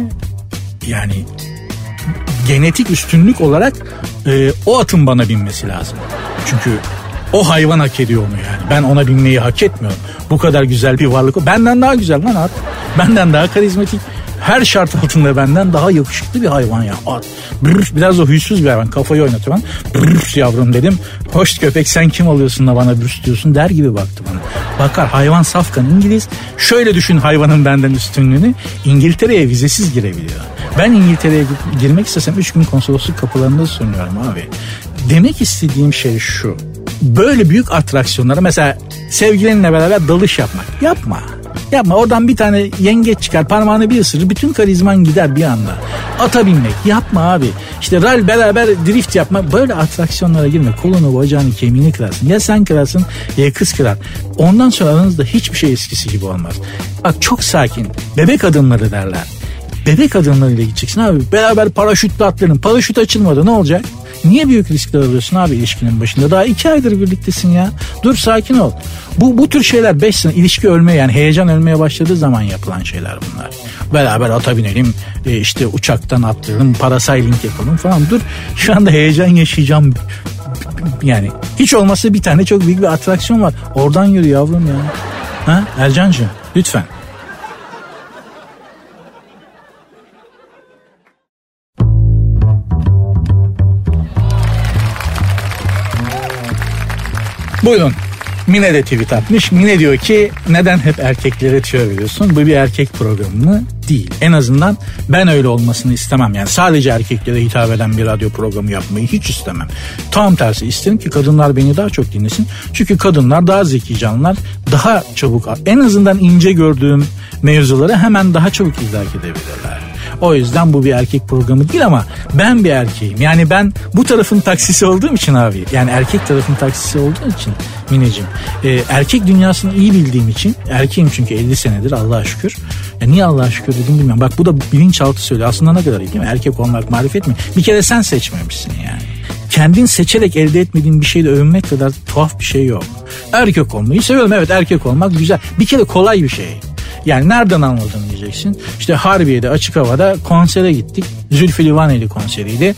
[SPEAKER 1] Yani genetik üstünlük olarak e, o atın bana binmesi lazım. Çünkü o hayvan hak ediyor onu yani. Ben ona binmeyi hak etmiyorum. Bu kadar güzel bir varlık. Benden daha güzel lan at. Benden daha karizmatik. Her şart altında benden daha yakışıklı bir hayvan ya. At. Brr, biraz da huysuz bir hayvan. Kafayı oynatıyor ben. Brr yavrum dedim. Hoş köpek sen kim alıyorsun da bana brr diyorsun der gibi baktı bana. Bakar hayvan safkan İngiliz. Şöyle düşün hayvanın benden üstünlüğünü. İngiltere'ye vizesiz girebiliyor. Ben İngiltere'ye girmek istesem üç gün konsolosluk kapılarında sunuyorum abi. Demek istediğim şey şu. Böyle büyük atraksiyonlara mesela sevgilinle beraber dalış yapmak. Yapma. Yapma. Oradan bir tane yengeç çıkar, parmağını bir ısırır, bütün karizman gider bir anda. Ata binmek. Yapma abi. İşte ral beraber drift yapma. Böyle atraksiyonlara girme. Kolunu, bacağını, kemiğini kırarsın. Ya sen kırarsın ya kız kırar. Ondan sonra aranızda hiçbir şey eskisi gibi olmaz. Bak çok sakin. Bebek adımları derler. Bebek adımlarıyla gideceksin abi. Beraber paraşütle atlayalım. Paraşüt açılmadı ne olacak? Niye büyük riskler alıyorsun abi ilişkinin başında? Daha iki aydır birliktesin ya. Dur sakin ol. Bu bu tür şeyler beş sene ilişki ölmeye yani heyecan ölmeye başladığı zaman yapılan şeyler bunlar. Beraber ata binelim, e, işte uçaktan atlayalım, parasailing yapalım falan. Dur şu anda heyecan yaşayacağım. Yani hiç olmazsa bir tane çok büyük bir atraksiyon var. Oradan yürü yavrum ya. Ha Ercancığım lütfen. Buyurun. Mine de tweet atmış. Mine diyor ki neden hep erkeklere tüyo veriyorsun? Bu bir erkek programı mı? Değil. En azından ben öyle olmasını istemem. Yani sadece erkeklere hitap eden bir radyo programı yapmayı hiç istemem. Tam tersi isterim ki kadınlar beni daha çok dinlesin. Çünkü kadınlar daha zeki canlılar. Daha çabuk en azından ince gördüğüm mevzuları hemen daha çabuk idrak edebilirler. O yüzden bu bir erkek programı değil ama ben bir erkeğim. Yani ben bu tarafın taksisi olduğum için abi. Yani erkek tarafın taksisi olduğu için Mineciğim. E, erkek dünyasını iyi bildiğim için, erkeğim çünkü elli senedir Allah'a şükür. Ya niye Allah'a şükür dedim bilmiyorum. Bak bu da bilinçaltı söylüyor. Aslında ne kadar iyi değil mi? Erkek olmak marifet mi? Bir kere sen seçmemişsin yani. Kendin seçerek elde etmediğin bir şeyle övünmek kadar tuhaf bir şey yok. Erkek olmayı seviyorum. Evet, erkek olmak güzel. Bir kere kolay bir şey. Yani nereden anladın diyeceksin. İşte Harbiye'de açık havada konsere gittik. Zülfü Livaneli konseriydi.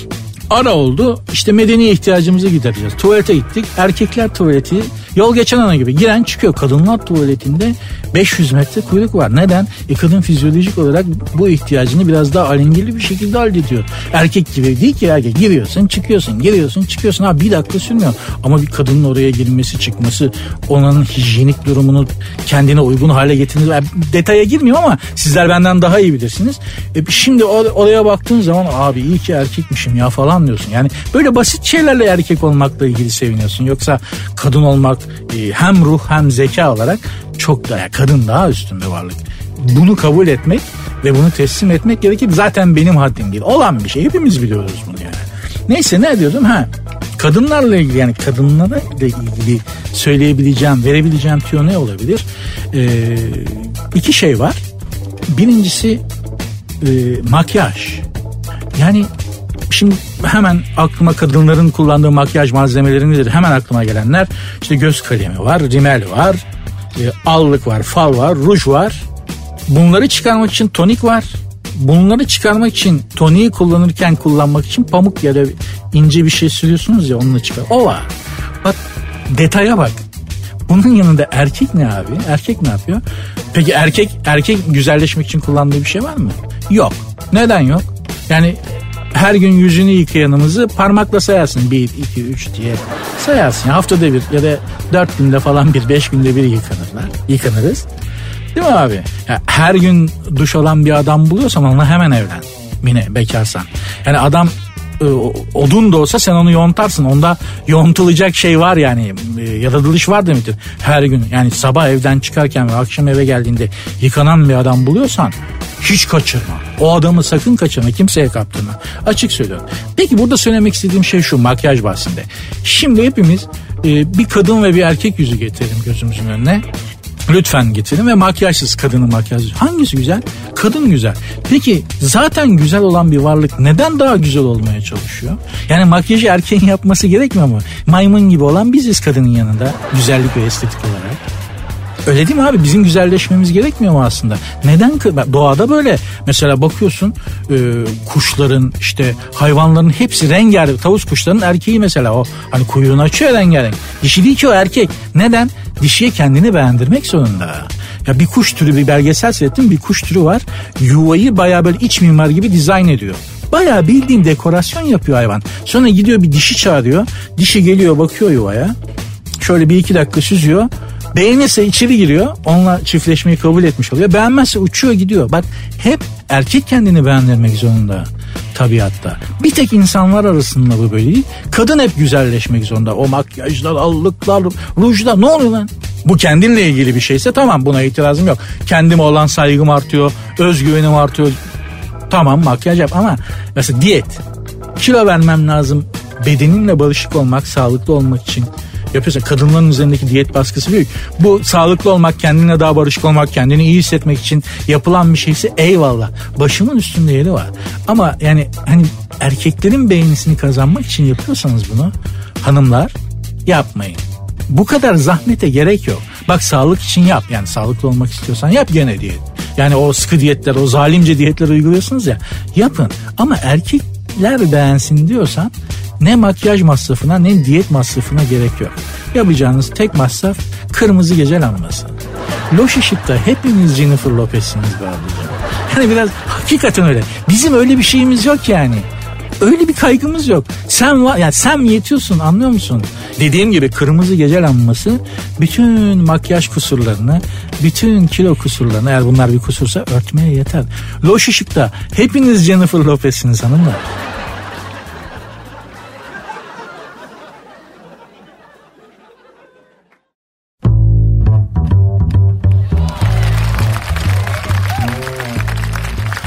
[SPEAKER 1] Ara oldu. İşte medeni ihtiyacımızı gidereceğiz. Tuvalete gittik. Erkekler tuvaleti yol geçen ana gibi giren çıkıyor. Kadınlar tuvaletinde beş yüz metre kuyruk var. Neden? E kadın fizyolojik olarak bu ihtiyacını biraz daha alengirli bir şekilde hallediyor. Erkek gibi değil ki erkek. Giriyorsun, çıkıyorsun, giriyorsun, çıkıyorsun. Ha bir dakika sürmüyor. Ama bir kadının oraya girmesi, çıkması, onun hijyenik durumunu kendine uygun hale getirmesi. Yani detaya girmiyorum ama sizler benden daha iyi bilirsiniz. E şimdi or- oraya baktığın zaman abi iyi ki erkekmişim ya falan diyorsun. Yani böyle basit şeylerle erkek olmakla ilgili seviniyorsun. Yoksa kadın olmak e, hem ruh hem zeka olarak çok daha, kadın daha üstün bir varlık. Bunu kabul etmek ve bunu teslim etmek gerekir. Zaten benim haddim değil. Olan bir şey. Hepimiz biliyoruz bunu yani. Neyse ne diyordum? Ha, kadınlarla ilgili, yani kadınlarla ilgili söyleyebileceğim, verebileceğim tüyo ne olabilir? Ee, iki şey var. Birincisi e, makyaj. Yani şimdi hemen aklıma kadınların kullandığı makyaj malzemeleri nedir? Hemen aklıma gelenler işte göz kalemi var, rimel var, e, allık var, fal var, ruj var. Bunları çıkarmak için tonik var. Bunları çıkarmak için toniği kullanırken kullanmak için pamuk ya da ince bir şey sürüyorsunuz ya, onunla çıkar. O var. Bak detaya bak. Bunun yanında erkek ne abi? Erkek ne yapıyor? Peki erkek erkek güzelleşmek için kullandığı bir şey var mı? Yok. Neden yok? Yani her gün yüzünü yıkayanımızı parmakla sayarsın. Bir, iki, üç diye sayarsın. Haftada bir ya da dört günde falan bir, beş günde bir yıkanırlar. Yıkanırız. Değil mi abi? Ya her gün duş alan bir adam buluyorsan onunla hemen evlen. Mine bekarsan. Yani adam e, odun da olsa sen onu yontarsın. Onda yontulacak şey var yani. E, yaratılış var demektir. Her gün yani sabah evden çıkarken ve akşam eve geldiğinde yıkanan bir adam buluyorsan hiç kaçırma. O adamı sakın kaçırma. Kimseye kaptırma. Açık söylüyorum. Peki burada söylemek istediğim şey şu, makyaj bahsinde. Şimdi hepimiz e, bir kadın ve bir erkek yüzü getirelim gözümüzün önüne. Lütfen getirin ve makyajsız kadının makyajsız. Hangisi güzel? Kadın güzel. Peki zaten güzel olan bir varlık neden daha güzel olmaya çalışıyor? Yani makyajı erkeğin yapması gerekmiyor mu? Maymun gibi olan biziz kadının yanında. Güzellik ve estetik olarak. Öyle değil mi abi? Bizim güzelleşmemiz gerekmiyor mu aslında? Neden? Doğada böyle. Mesela bakıyorsun e, kuşların, işte hayvanların hepsi rengarenk. Tavus kuşlarının erkeği mesela o. Hani kuyruğunu açıyor rengarenk. Dişi değil ki o, erkek. Neden? Dişiye kendini beğendirmek zorunda. Ya bir kuş türü, bir belgesel seyrettim, bir kuş türü var. Yuvayı bayağı böyle iç mimar gibi dizayn ediyor. Bayağı bildiğin dekorasyon yapıyor hayvan. Sonra gidiyor bir dişi çağırıyor. Dişi geliyor, bakıyor yuvaya. Şöyle bir iki dakika süzüyor. Beğenirse içeri giriyor. Onunla çiftleşmeyi kabul etmiş oluyor. Beğenmezse uçuyor gidiyor. Bak hep erkek kendini beğendirmek zorunda tabiatta. Bir tek insanlar arasında bu böyle değil. Kadın hep güzelleşmek zorunda. O makyajlar, allıklar, rujlar, ne oluyor lan? Bu kendinle ilgili bir şeyse tamam, buna itirazım yok. Kendime olan saygım artıyor. Özgüvenim artıyor. Tamam makyaj yap ama mesela diyet. Kilo vermem lazım. Bedeninle barışık olmak, sağlıklı olmak için yapıyorsa, kadınların üzerindeki diyet baskısı büyük. Bu sağlıklı olmak, kendine daha barışık olmak, kendini iyi hissetmek için yapılan bir şeyse eyvallah. Başımın üstünde yeri var. Ama yani hani erkeklerin beğenisini kazanmak için yapıyorsanız bunu hanımlar yapmayın. Bu kadar zahmete gerek yok. Bak sağlık için yap. Yani sağlıklı olmak istiyorsan yap gene diyet. Yani o sıkı diyetler, o zalimce diyetler uyguluyorsunuz ya, yapın. Ama erkekler beğensin diyorsan ne makyaj masrafına ne diyet masrafına gerek yok. Yapacağınız tek masraf kırmızı gece lambası. Loş ışıkta hepiniz Jennifer Lopez'siniz be ablacığım. Yani biraz hakikaten öyle. Bizim öyle bir şeyimiz yok yani. Öyle bir kaygımız yok. Sen var, yani sen yetiyorsun, anlıyor musun? Dediğim gibi kırmızı gece lambası bütün makyaj kusurlarını, bütün kilo kusurlarını, eğer bunlar bir kusursa, örtmeye yeter. Loş ışıkta hepiniz Jennifer Lopez'siniz hanımlar.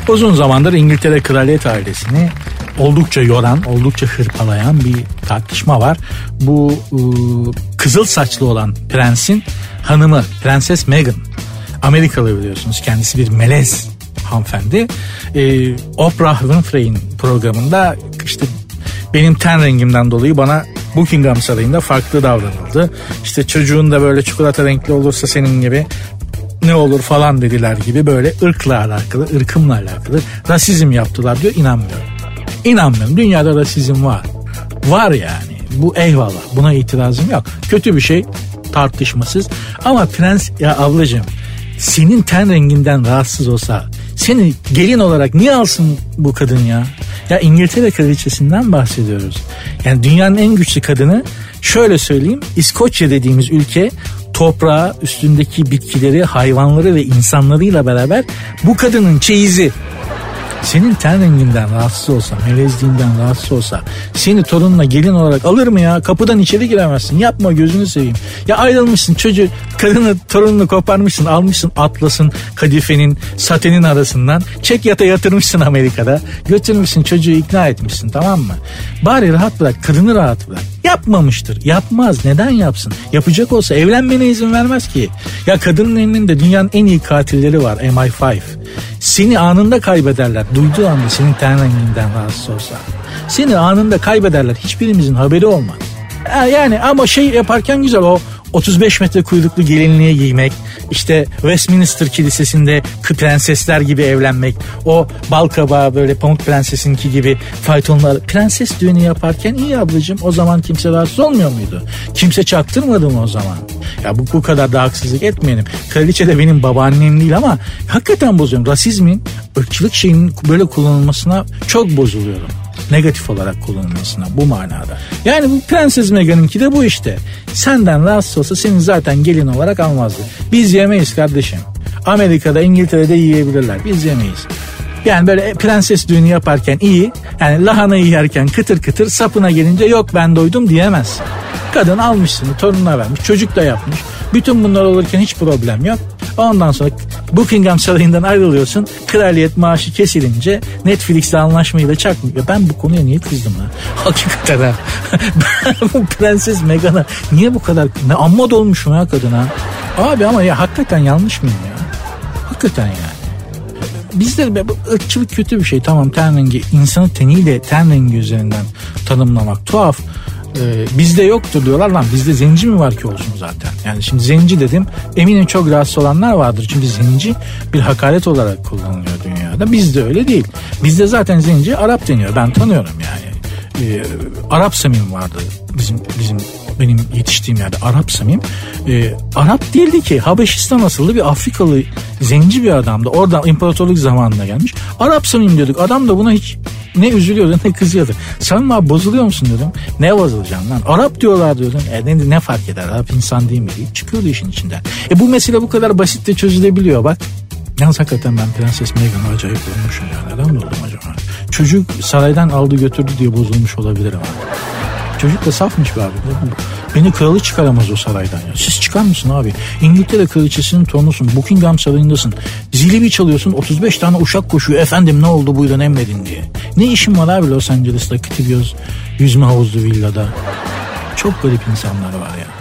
[SPEAKER 1] Uzun zamandır İngiltere kraliyet ailesini oldukça yoran, oldukça hırpalayan bir tartışma var. Bu ıı, kızıl saçlı olan prensin hanımı Prenses Meghan. Amerikalı biliyorsunuz, kendisi bir melez hanımefendi. Ee, Oprah Winfrey'in programında işte benim ten rengimden dolayı bana Buckingham Sarayı'nda farklı davranıldı. İşte çocuğun da böyle çikolata renkli olursa senin gibi ne olur falan dediler gibi, böyle ırkla alakalı, ırkımla alakalı rasizm yaptılar diyor. İnanmıyorum. İnanmıyorum. Dünyada rasizm var. Var yani. Bu eyvallah. Buna itirazım yok. Kötü bir şey, tartışmasız. Ama prens, ya ablacığım, senin ten renginden rahatsız olsa seni gelin olarak niye alsın bu kadın ya? Ya İngiltere kraliçesinden bahsediyoruz. Yani dünyanın en güçlü kadını, şöyle söyleyeyim, İskoçya dediğimiz ülke toprağı, üstündeki bitkileri, hayvanları ve insanlarıyla beraber bu kadının çeyizi. Senin ten renginden rahatsız olsa, melezliğinden rahatsız olsa seni torununa gelin olarak alır mı ya? Kapıdan içeri giremezsin. Yapma, gözünü seveyim. Ya ayrılmışsın, çocuğu, kadını, torununu koparmışsın, almışsın Atlas'ın, kadifenin, satenin arasından. Çek yata yatırmışsın Amerika'da. Götürmüşsün, çocuğu ikna etmişsin, tamam mı? Bari rahat bırak, kadını rahat bırak. Yapmamıştır. Yapmaz. Neden yapsın? Yapacak olsa evlenmene izin vermez ki. Ya kadının elinde dünyanın en iyi katilleri var. M I beş. Seni anında kaybederler. Duyduğu anda senin ten renginden rahatsız olsa. Seni anında kaybederler. Hiçbirimizin haberi olmaz. Yani ama şey yaparken güzel, o otuz beş metre kuyruklu gelinliğe giymek, işte Westminster Kilisesi'nde prensesler gibi evlenmek, o bal kabağı böyle Pamuk Prenses'inki gibi faytonlar, prenses düğünü yaparken iyi ablacığım, o zaman kimse rahatsız olmuyor muydu? Kimse çaktırmadı mı o zaman? Ya bu, bu kadar da haksızlık etmeyelim. Kraliçe de benim babaannem değil ama hakikaten bozuyorum. Rasizmin, ırkçılık şeyinin böyle kullanılmasına çok bozuluyorum. Negatif olarak kullanılmasına, bu manada. Yani bu Prenses Meghan'ınki de bu işte. Senden rahatsız olsa seni zaten gelin olarak almazdı. Biz yemeyiz kardeşim. Amerika'da, İngiltere'de yiyebilirler. Biz yemeyiz. Yani böyle prenses düğünü yaparken iyi, yani lahanayı yerken kıtır kıtır, sapına gelince yok ben doydum diyemezsin. Kadın almışsın, torununa vermiş, çocuk da yapmış. Bütün bunlar olurken hiç problem yok. Ondan sonra Buckingham Sarayı'ndan ayrılıyorsun. Kraliyet maaşı kesilince Netflix'le anlaşmayı da çakmıyor. Ben bu konuya niye kızdım ha? Hakikaten ha. Bu Prenses Meghan'a niye bu kadar, ne amma dolmuşum ya kadına. Abi ama ya hakikaten yanlış mıyım ya? Hakikaten yani. Bizde bu ırkçılık kötü bir şey. Tamam, ten rengi, insanı teniyle ten rengi üzerinden tanımlamak tuhaf. Ee, bizde yoktur diyorlar, lan bizde zenci mi var ki olsun zaten. Yani şimdi zenci dedim, eminim çok rahatsız olanlar vardır. Çünkü zenci bir hakaret olarak kullanılıyor dünyada. Bizde öyle değil. Bizde zaten zenci Arap deniyor. Ben tanıyorum yani. Ee, Arap Samim vardı bizim bizim benim yetiştiğim yerde. Arap Samim ee, Arap değildi ki, Habeşistan asıllı bir Afrikalı zenci bir adamdı. Oradan imparatorluk zamanına gelmiş. Arap Samim diyorduk. Adam da buna hiç ne üzülüyordu ne kızıyordu. Samim abi bozuluyor musun dedim. Ne bozulacağım lan? Arap diyorlar diyordum. E ne, ne fark eder? Arap insan değil mi deyip çıkıyordu işin içinden. E bu mesele bu kadar basit de çözülebiliyor bak. Yalnız hakikaten ben Prenses Meghan'a acayip olmuşum ya. Neden oldum acaba? Çocuk saraydan aldı götürdü diye bozulmuş olabilirim abi. Çocuk da safmış be abi. Beni kralı çıkaramaz o saraydan ya. Siz çıkar mısın abi? İngiltere kraliçesinin torunusun. Buckingham Sarayı'ndasın. Zili bir çalıyorsun. otuz beş tane uşak koşuyor. Efendim ne oldu buyurun emredin diye. Ne işin var abi Los Angeles'ta kıtı göz yüzme havuzlu villada? Çok garip insanlar var ya.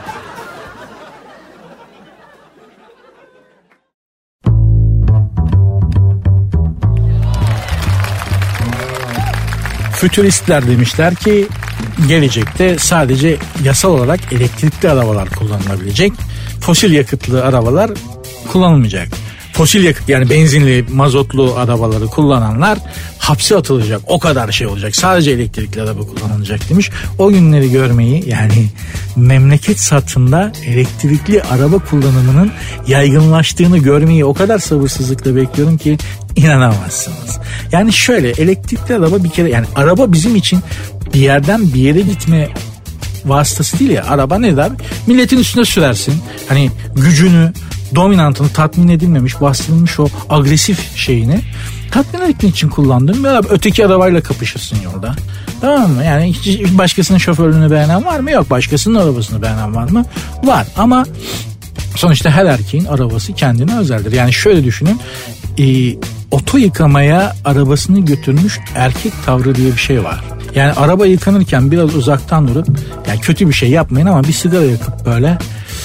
[SPEAKER 1] Fütüristler demişler ki gelecekte sadece yasal olarak elektrikli arabalar kullanılabilecek. Fosil yakıtlı arabalar kullanılmayacak. Fosil yakıt yani benzinli, mazotlu arabaları kullananlar hapse atılacak. O kadar şey olacak. Sadece elektrikli araba kullanılacak demiş. O günleri görmeyi, yani memleket satında elektrikli araba kullanımının yaygınlaştığını görmeyi o kadar sabırsızlıkla bekliyorum ki inanamazsınız. Yani şöyle, elektrikli araba bir kere, yani araba bizim için bir yerden bir yere gitme vasıtası değil ya. Araba ne der? Milletin üstüne sürersin. Hani gücünü, dominantını, tatmin edilmemiş, bastırılmış o agresif şeyini tatmin etmek için kullandın. Ya öteki arabayla kapışırsın yolda. Tamam mı? Yani hiç başkasının şoförlüğünü beğenen var mı? Yok. Başkasının arabasını beğenen var mı? Var. Ama sonuçta her erkeğin arabası kendine özeldir. Yani şöyle düşünün. oto yıkamaya arabasını götürmüş erkek tavrı diye bir şey var. Yani araba yıkanırken biraz uzaktan durup, yani kötü bir şey yapmayın ama bir sigara yakıp böyle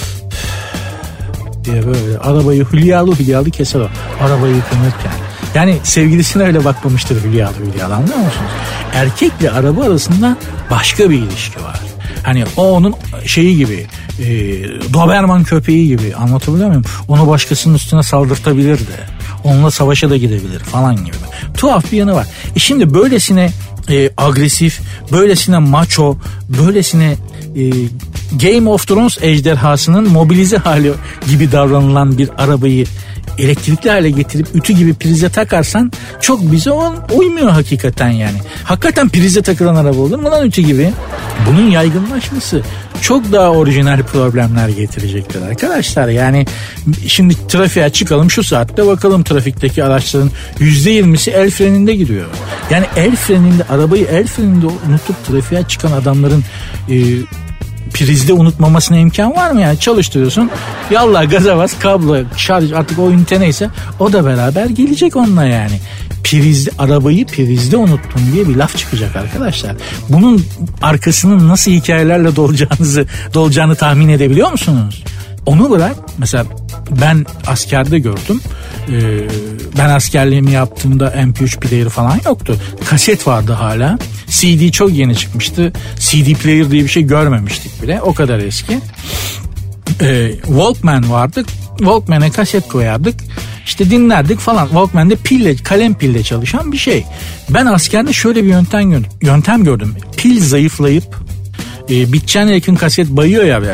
[SPEAKER 1] diye böyle arabayı hülyalı hülyalı keser o. Arabayı yıkanırken. Yani sevgilisine öyle bakmamıştır hülyalı hülyalı, anlıyor musunuz? Erkekle araba arasında başka bir ilişki var. Hani o onun şeyi gibi, e, Doberman köpeği gibi, anlatabiliyor muyum? Onu başkasının üstüne saldırtabilir de, onunla savaşa da gidebilir falan gibi. Tuhaf bir yanı var. E şimdi böylesine e, agresif, böylesine macho, böylesine e, Game of Thrones ejderhasının mobilize hali gibi davranılan bir arabayı elektrikli hale getirip ütü gibi prize takarsan çok bize on uymuyor hakikaten yani. Hakikaten prize takılan araba olur mu lan ütü gibi? Bunun yaygınlaşması çok daha orijinal problemler getirecektir arkadaşlar. Yani şimdi trafiğe çıkalım, şu saatte bakalım trafikteki araçların yüzde yirmisi el freninde gidiyor. Yani el freninde, arabayı el freninde unutup trafiğe çıkan adamların e, prizde unutmamasına imkan var mı yani? Çalıştırıyorsun, yallah gaza bas, kablo, şarj, artık o ünite neyse o da beraber gelecek onunla yani. Prizde, arabayı prizde unuttun diye bir laf çıkacak arkadaşlar. Bunun arkasının nasıl hikayelerle dolacağınızı, dolacağını tahmin edebiliyor musunuz? Onu bırak, mesela ben askerde gördüm. Ee, ben askerliğimi yaptığımda M P üç player falan yoktu. Kaset vardı hala. C D çok yeni çıkmıştı. C D player diye bir şey görmemiştik bile. O kadar eski. Ee, Walkman vardı. Walkman'e kaset koyardık. İşte dinlerdik falan. Walkman'de pille, kalem pille çalışan bir şey. Ben askerde şöyle bir yöntem gördüm. Yöntem gördüm. Pil zayıflayıp e, biteceğine yakın kaset bayıyor ya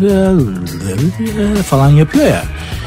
[SPEAKER 1] falan yapıyor ya.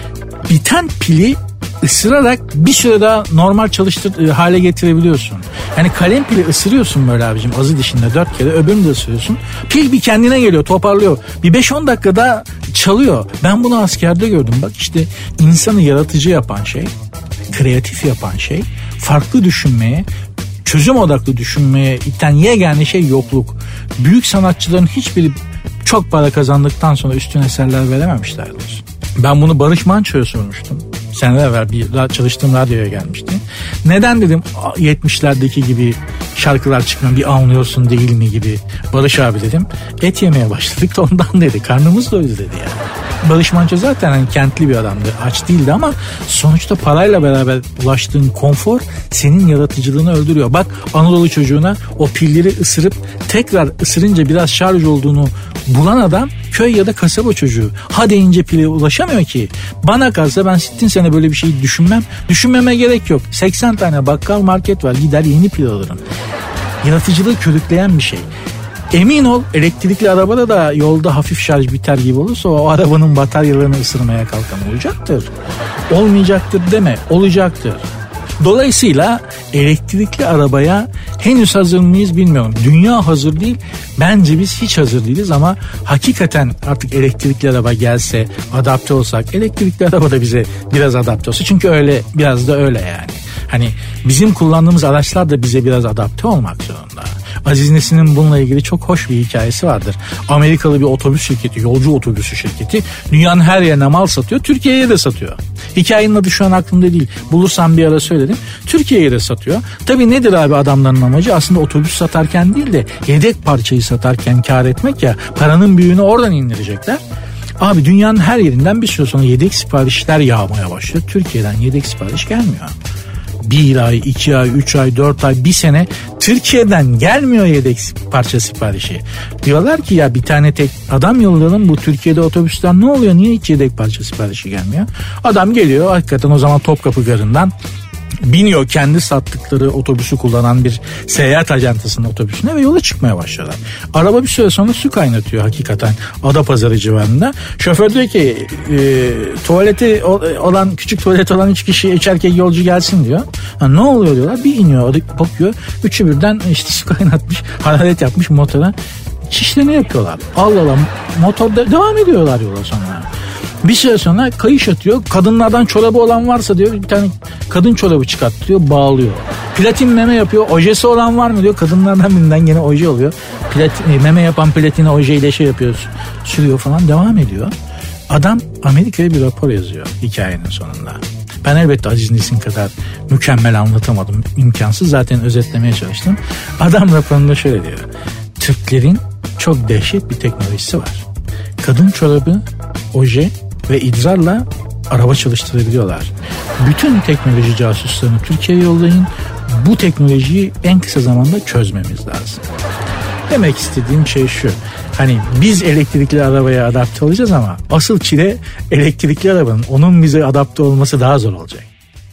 [SPEAKER 1] Biten pili ısırarak bir süre daha normal çalıştır hale getirebiliyorsun. Yani kalem pili ısırıyorsun böyle abicim, azı dişinde dört kere, öbürünü de ısırıyorsun. Pil bir kendine geliyor, toparlıyor. Bir beş on dakika daha çalıyor. Ben bunu askerde gördüm. Bak işte insanı yaratıcı yapan şey, kreatif yapan şey, farklı düşünmeye, çözüm odaklı düşünmeye iten yegane şey yokluk. Büyük sanatçıların hiçbiri çok para kazandıktan sonra üstün eserler verememişlerdir. Ben bunu Barış Manço'ya sormuştum. Seneler evvel bir çalıştığım radyoya gelmişti. Neden dedim yetmişlerdeki gibi şarkılar çıkmıyor, bir anlıyorsun değil mi gibi. Barış abi dedim, et yemeye başladık da ondan dedi. Karnımız doydu dedi yani. Barış Manço zaten hani kentli bir adamdı, aç değildi ama sonuçta parayla beraber ulaştığın konfor senin yaratıcılığını öldürüyor. Bak Anadolu çocuğuna o pilleri ısırıp tekrar ısırınca biraz şarj olduğunu bulan adam köy ya da kasaba çocuğu. Ha deyince pile ulaşamıyor ki. Bana kalsa ben sittin sene böyle bir şeyi düşünmem. Düşünmeme gerek yok. seksen tane bakkal market var, gider yeni pil alırım. Yaratıcılığı körükleyen bir şey. Emin ol elektrikli arabada da yolda hafif şarj biter gibi olursa o arabanın bataryalarını ısırmaya kalkan olacaktır. Olmayacaktır deme, olacaktır. Dolayısıyla elektrikli arabaya henüz hazır mıyız bilmiyorum. Dünya hazır değil. Bence biz hiç hazır değiliz ama hakikaten artık elektrikli araba gelse, adapte olsak, elektrikli araba da bize biraz adapte olsa. Çünkü öyle, biraz da öyle yani. Hani bizim kullandığımız araçlar da bize biraz adapte olmak zorunda. Aziz Nesin'in bununla ilgili çok hoş bir hikayesi vardır. Amerikalı bir otobüs şirketi, yolcu otobüsü şirketi dünyanın her yerine mal satıyor, Türkiye'ye de satıyor. Hikayenin adı şu an aklımda değil. Bulursam bir ara söylerim. Türkiye'ye de satıyor. Tabii nedir abi adamların amacı? Aslında otobüs satarken değil de yedek parçayı satarken kar etmek ya. Paranın büyüğünü oradan indirecekler. Abi dünyanın her yerinden bir süre sonra yedek siparişler yağmaya başlıyor. Türkiye'den yedek sipariş gelmiyor. Bir ay, iki ay, üç ay, dört ay, bir sene Türkiye'den gelmiyor yedek parça siparişi. Diyorlar ki ya bir tane tek adam yollayalım, bu Türkiye'de otobüsten ne oluyor? Niye hiç yedek parça siparişi gelmiyor? Adam geliyor hakikaten o zaman Topkapı Garı'ndan biniyor kendi sattıkları otobüsü kullanan bir seyahat ajantasının otobüsüne ve yola çıkmaya başlıyorlar. Araba bir süre sonra su kaynatıyor hakikaten Adapazarı civarında. Şoför diyor ki e, tuvaleti olan, küçük tuvalet olan üç kişi içerken yolcu gelsin diyor. Ha, ne oluyor diyorlar. Bir iniyor, bakıyor. Üçü birden işte su kaynatmış, hararet yapmış motora. Şişlerini yapıyorlar. Allah Allah, motorda devam ediyorlar yola sonra. Bir süre sonra kayış atıyor. Kadınlardan çorabı olan varsa diyor bir tane kadın çorabı çıkartıyor, bağlıyor. Platin meme yapıyor. Ojesi olan var mı diyor. Kadınlardan birinden gene oje oluyor. Platin, meme yapan platine ojeyle şey yapıyor. Sürüyor falan, devam ediyor. Adam Amerika'ya bir rapor yazıyor hikayenin sonunda. Ben elbette Aziz Nesin kadar mükemmel anlatamadım. İmkansız, zaten özetlemeye çalıştım. Adam raporunda şöyle diyor. Türklerin çok dehşet bir teknolojisi var. Kadın çorabı, oje ve idrarla araba çalıştırabiliyorlar. Bütün teknoloji casuslarını Türkiye'ye yollayın. Bu teknolojiyi en kısa zamanda çözmemiz lazım. Demek istediğim şey şu. Hani biz elektrikli arabaya adapte olacağız ama asıl çile elektrikli arabanın, onun bize adapte olması daha zor olacak.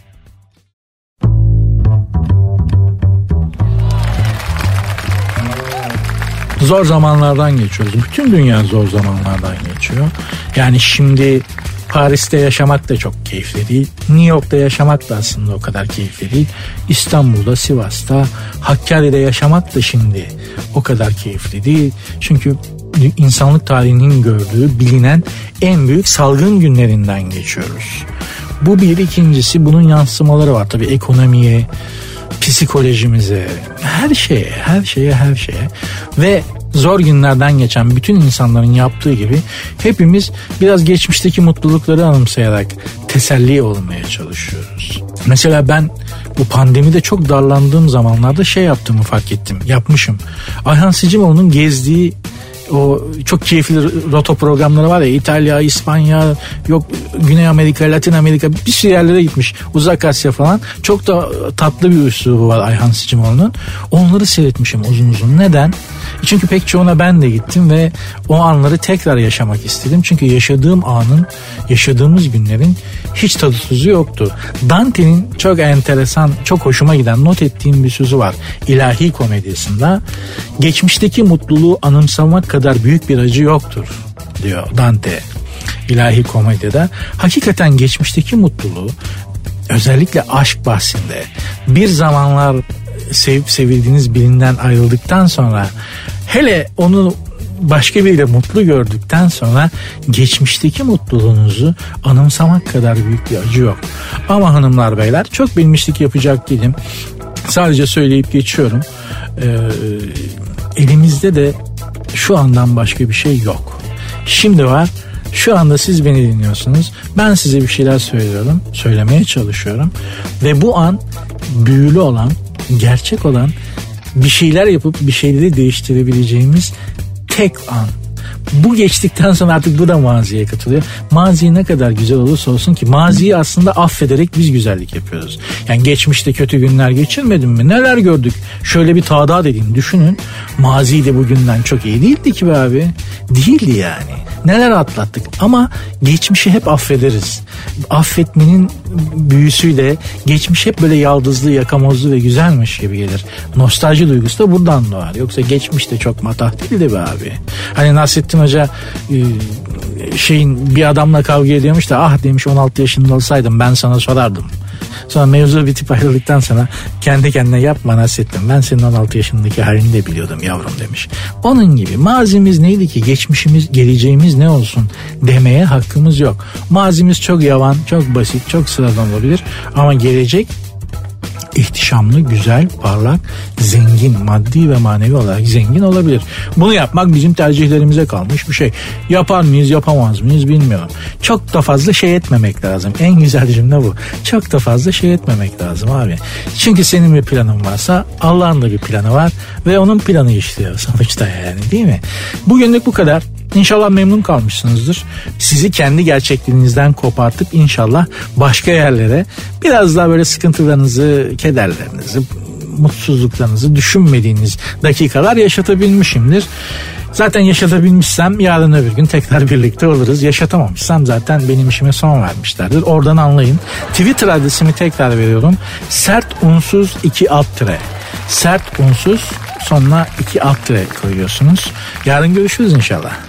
[SPEAKER 1] Zor zamanlardan geçiyoruz. Bütün dünya zor zamanlardan geçiyor. Yani şimdi Paris'te yaşamak da çok keyifli değil. New York'ta yaşamak da aslında o kadar keyifli değil. İstanbul'da, Sivas'ta, Hakkari'de yaşamak da şimdi o kadar keyifli değil. Çünkü insanlık tarihinin gördüğü, bilinen en büyük salgın günlerinden geçiyoruz. Bu bir. İkincisi, bunun yansımaları var tabii ekonomiye, psikolojimize, her şeye, her şeye, her şeye. Ve zor günlerden geçen bütün insanların yaptığı gibi hepimiz biraz geçmişteki mutlulukları anımsayarak teselli olmaya çalışıyoruz. Mesela ben bu pandemide çok darlandığım zamanlarda şey yaptığımı fark ettim, yapmışım. Ayhan Sicimoğlu'nun gezdiği o çok keyifli rota programları var ya, İtalya, İspanya, yok Güney Amerika, Latin Amerika, bir sürü yerlere gitmiş, Uzak Asya falan. Çok da tatlı bir üslubu var Ayhan Sicimoğlu'nun. Onları seyretmişim uzun uzun. Neden? Çünkü pek çoğuna ben de gittim ve o anları tekrar yaşamak istedim. Çünkü yaşadığım anın, yaşadığımız günlerin hiç tadı tuzu yoktu. Dante'nin çok enteresan, çok hoşuma giden, not ettiğim bir sözü var. İlahi Komedisi'nde. Geçmişteki mutluluğu anımsamak kadar büyük bir acı yoktur diyor Dante İlahi Komedide. Hakikaten geçmişteki mutluluğu, özellikle aşk bahsinde, bir zamanlar sevip sevildiğiniz birinden ayrıldıktan sonra, hele onu başka biriyle mutlu gördükten sonra geçmişteki mutluluğunuzu anımsamak kadar büyük bir acı yok. Ama hanımlar beyler, çok bilmişlik yapacak değilim. Sadece söyleyip geçiyorum. Ee, elimizde de şu andan başka bir şey yok. Şimdi var. Şu anda siz beni dinliyorsunuz. Ben size bir şeyler söylüyorum. Söylemeye çalışıyorum. Ve bu an büyülü olan, gerçek olan, bir şeyler yapıp bir şeyleri değiştirebileceğimiz tek an. Bu geçtikten sonra artık bu da maziye katılıyor. Mazi ne kadar güzel olursa olsun ki, maziyi aslında affederek biz güzellik yapıyoruz. Yani geçmişte kötü günler geçirmedim mi? Neler gördük? Şöyle bir tadat edin, düşünün. Mazi de bugünden çok iyi değildi ki be abi. Değildi yani. Neler atlattık ama geçmişi hep affederiz. Affetmenin büyüsüyle geçmiş hep böyle yaldızlı, yakamozlu ve güzelmiş gibi gelir. Nostalji duygusu da buradan doğar. Yoksa geçmiş de çok matah değildi be abi. Hani Nasrettin Hoca şeyin bir adamla kavga ediyormuş da, ah demiş, on altı yaşında olsaydım ben sana sorardım. Sonra mevzu bitip ayrıldıktan sonra kendi kendine, yapma Nasrettin, ben senin on altı yaşındaki halini de biliyordum yavrum demiş. Onun gibi mazimiz neydi ki, geçmişimiz, geleceğimiz ne olsun demeye hakkımız yok. Mazimiz çok yavan, çok basit, çok sıradan olabilir ama gelecek ihtişamlı, güzel, parlak, zengin, maddi ve manevi olarak zengin olabilir. Bunu yapmak bizim tercihlerimize kalmış bir şey. Yapar mıyız, yapamaz mıyız bilmiyorum. Çok da fazla şey etmemek lazım. En güzel cümle bu. Çok da fazla şey etmemek lazım abi. Çünkü senin bir planın varsa Allah'ın da bir planı var ve onun planı işliyor sonuçta, yani değil mi? Bugünlük bu kadar. İnşallah memnun kalmışsınızdır. Sizi kendi gerçekliğinizden kopartıp inşallah başka yerlere biraz daha böyle sıkıntılarınızı, kederlerinizi, mutsuzluklarınızı düşünmediğiniz dakikalar yaşatabilmişimdir. Zaten yaşatabilmişsem yarın öbür gün tekrar birlikte oluruz. Yaşatamamışsam zaten benim işime son vermişlerdir. Oradan anlayın. Twitter adresimi tekrar veriyorum. Sert unsuz iki alt tire. Sert unsuz sonuna iki alt tire koyuyorsunuz. Yarın görüşürüz inşallah.